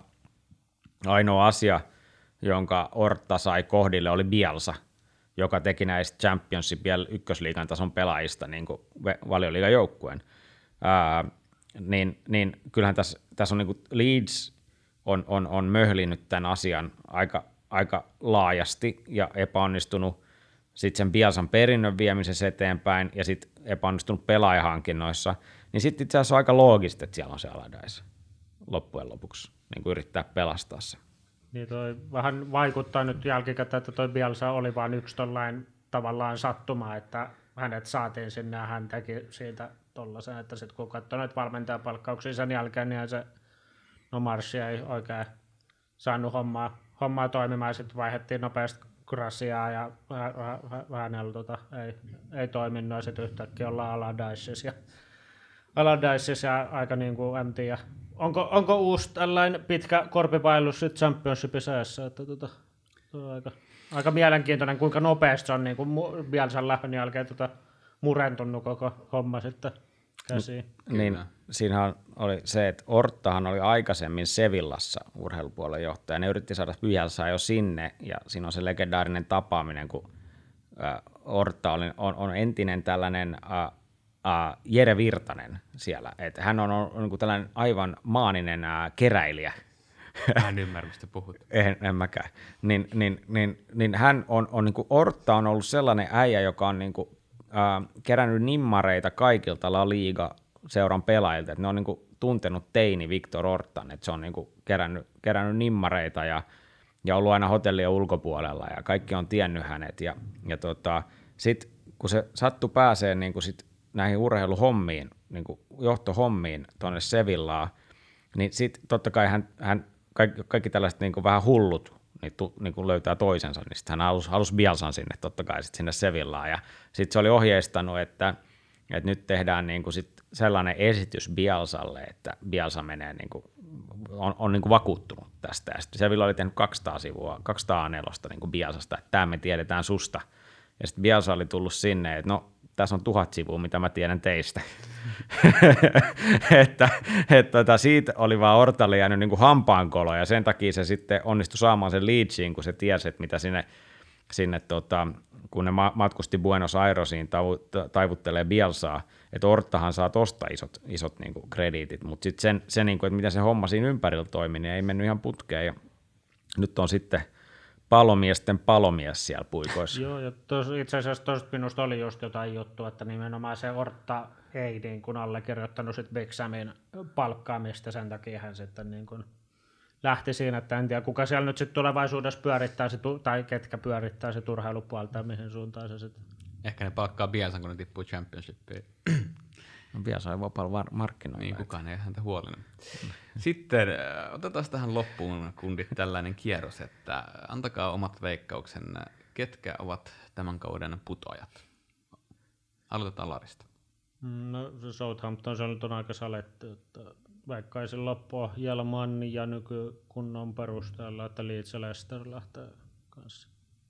ainoa asia, jonka Orta sai kohdille, oli Bielsa, joka teki näistä Championship ja ykkösliigan tason pelaajista niin kuin Valioliigan joukkueen. Ää, niin, niin kyllähän tässä, tässä on niin kuin Leeds on, on, on möhlinyt tämän asian aika, aika laajasti ja epäonnistunut sitten sen Bielsan perinnön viemisessä eteenpäin ja sitten epäonnistunut pelaajahankinnoissa, niin sitten itse asiassa on aika loogista, että siellä on se Allardyce loppujen lopuksi niin kuin yrittää pelastaa se. Niin toi vähän vaikuttaa nyt jälkikäteen, että toi Bielsa oli vain yksi tollain tavallaan sattuma, että hänet saatiin sinne ja hän teki siitä tollaisen, että sitten kun katsoi noita valmentajapalkkauksia sen jälkeen, niin se no Marssi ei oikein saanut hommaa, hommaa toimimaan ja sitten vaihdettiin nopeasti Graciaa ja hänellä tota, ei, ei toiminut ja sitten yhtäkkiä ollaan Allardycessa ja Allardycessa ja aika niin kuin en tiedä. Onko, onko uusi tällainen pitkä korpipailus sitten Championshipissa, että tota, on aika, aika mielenkiintoinen, kuinka nopeasti se on niin kuin Bielsan lähdön jälkeen tota, murentunut koko homma sitten käsiin. Niin, siinähän oli se, että Ortahan oli aikaisemmin Sevillassa urheilupuolen johtaja. Ne yritti saada Bielsaa jo sinne, ja siinä on se legendaarinen tapaaminen, kun äh, Orta oli, on, on entinen tällainen äh, Uh, Jere Virtanen siellä, että hän on, on, on niin tällainen aivan maaninen uh, keräilijä. Mä en ymmärrä, mistä puhut. en, en mäkään. Niin, niin, niin, niin hän on, on niin kuin Orta on ollut sellainen äijä, joka on niin kuin, uh, kerännyt nimmareita kaikilta La Liga-seuran pelaajilta, että ne on niin kuin tuntenut teini Victor Ortan, että se on niin kuin kerännyt, kerännyt nimmareita ja, ja ollut aina hotellien ulkopuolella ja kaikki on tiennyt hänet. Ja, ja tota, sitten kun se sattui pääsee niin kuin sit näihin urheiluhommiin, niin kuin johtohommiin tuonne Sevillaan, niin sitten totta kai hän, hän kaikki, kaikki tällaiset niin kuin vähän hullut niin, tu, niin kuin löytää toisensa, niin sitten hän halusi, halusi Bielsan sinne totta kai sit sinne Sevillaan, ja sitten se oli ohjeistanut, että, että nyt tehdään niin kuin sit sellainen esitys Bielsalle, että Bielsa menee niin kuin, on, on niin kuin vakuuttunut tästä, ja sitten Sevilla oli tehnyt kaksisataa sivua, kaksisataa A neljä niin kuin Bielsasta, että tämä me tiedetään susta, ja sitten Bielsa oli tullut sinne, että no, tässä on tuhat sivua, mitä mä tiedän teistä. että, että tota, siitä oli vaan Ortalle jäänyt niin kuin hampaankolo, ja sen takia se sitten onnistui saamaan sen Leedsiin, kun se tiesi, että mitä sinne, sinne tota, kun ne matkusti Buenos Airesiin taivuttelee Bielsaa, että Ortahan saa tosta isot, isot niin kuin krediitit, mutta sitten sen, se, niin kuin, että miten se homma siinä ympärillä toimi, niin ei mennyt ihan putkeen, ja nyt on sitten palomiesten palomies siellä puikoissa. Joo, ja tos, itse asiassa tuosta minusta oli just jotain juttua, että nimenomaan se Orta ei niin kuin allekirjoittanut sit Beckhamin palkkaamista, sen takia hän sitten niin kuin lähti siinä, että en tiedä kuka siellä nyt sitten tulevaisuudessa pyörittää se, tai ketkä pyörittää se urheilupuolta ja mihin suuntaan se sitten Ehkä ne palkkaa Bielsan, kun ne tippuu Championshipiin. No vielä sai vapaalla markkinoilla. Niin, kukaan ei häntä huolinen. Sitten äh, otetaan tähän loppuun, kundit, tällainen kierros, että antakaa omat veikkauksen, ketkä ovat tämän kauden putoajat. Aloitetaan Larista. No Southampton se nyt on aika saletti, että veikkaisin loppua Jelman ja nykykunnon perusteella, että Leeds ja Leicester lähtee kanssa.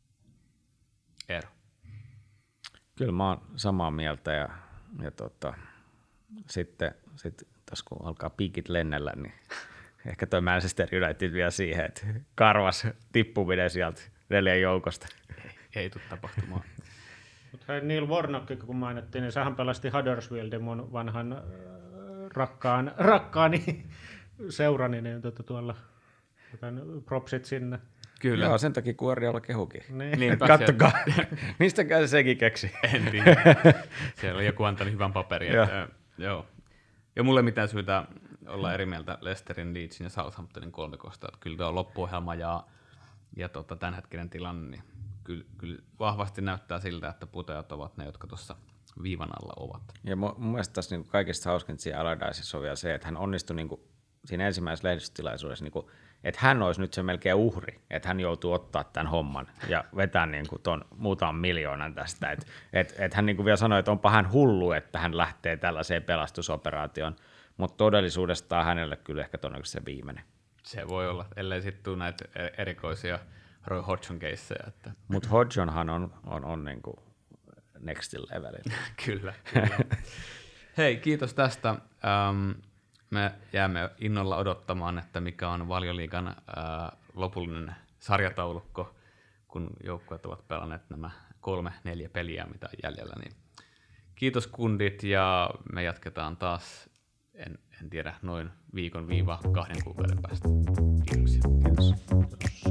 Eero. Kyllä mä oon samaa mieltä ja, ja tota, sitten sit, tässä kun alkaa piikit lennellä, niin ehkä toi Manchester United vielä siihen, että karvas tippuminen sieltä neljän joukosta. Ei, ei tule tapahtumaan. Mutta hei, Neil Warnock, kun mainittiin, niin sähän pelasti Huddersfieldin mun vanhan äh, rakkaan, rakkaani seurani, niin tuota, tuolla joten propsit sinne. Kyllä. Joo, sen takia Kuorialla kehukin. Niin. Niinpä Kattokaa, mistäkään se sekin keksi. En tiedä. Siellä on joku antanut hyvän paperin. Joo. Että, joo. Ja mulle ei mitään syytä olla eri mieltä Leicesterin, Leedsin ja Southamptonin kolmikosta. Että kyllä tuo loppuohjelma ja, ja tota, tämänhetkinen tilanne, niin kyllä, kyllä vahvasti näyttää siltä, että putojat ovat ne, jotka tuossa viivan alla ovat. Ja mun, mun mielestä tässä niin kaikista hauskinta siinä Allardyceissa on vielä se, että hän onnistui niin kuin siinä ensimmäisessä lehdistötilaisuudessa, niin kuin, että hän olisi nyt se melkein uhri, että hän joutuu ottaa tämän homman ja vetää niin kuin ton muutaman miljoonan tästä. Että et, et hän niin kuin vielä sanoi, että onpa hän hullu, että hän lähtee tällaiseen pelastusoperaatioon, mutta todellisuudestaan hänelle kyllä ehkä todennäköisesti se viimeinen. Se voi olla, ellei sitten tule näitä erikoisia Roy Hodgson-keissejä. Että... Mutta Hodgsonhan on, on, on niin kuin next levelillä. kyllä, kyllä. Hei, kiitos tästä. Um, me jäämme innolla odottamaan, että mikä on Valioliigan uh, lopullinen sarjataulukko, kun joukkueet ovat pelanneet nämä kolme, neljä peliä, mitä on jäljellä. Niin kiitos kundit ja me jatketaan taas, en, en tiedä, noin viikon viiva kahden kuukauden päästä. Kiitoksia. Kiitos.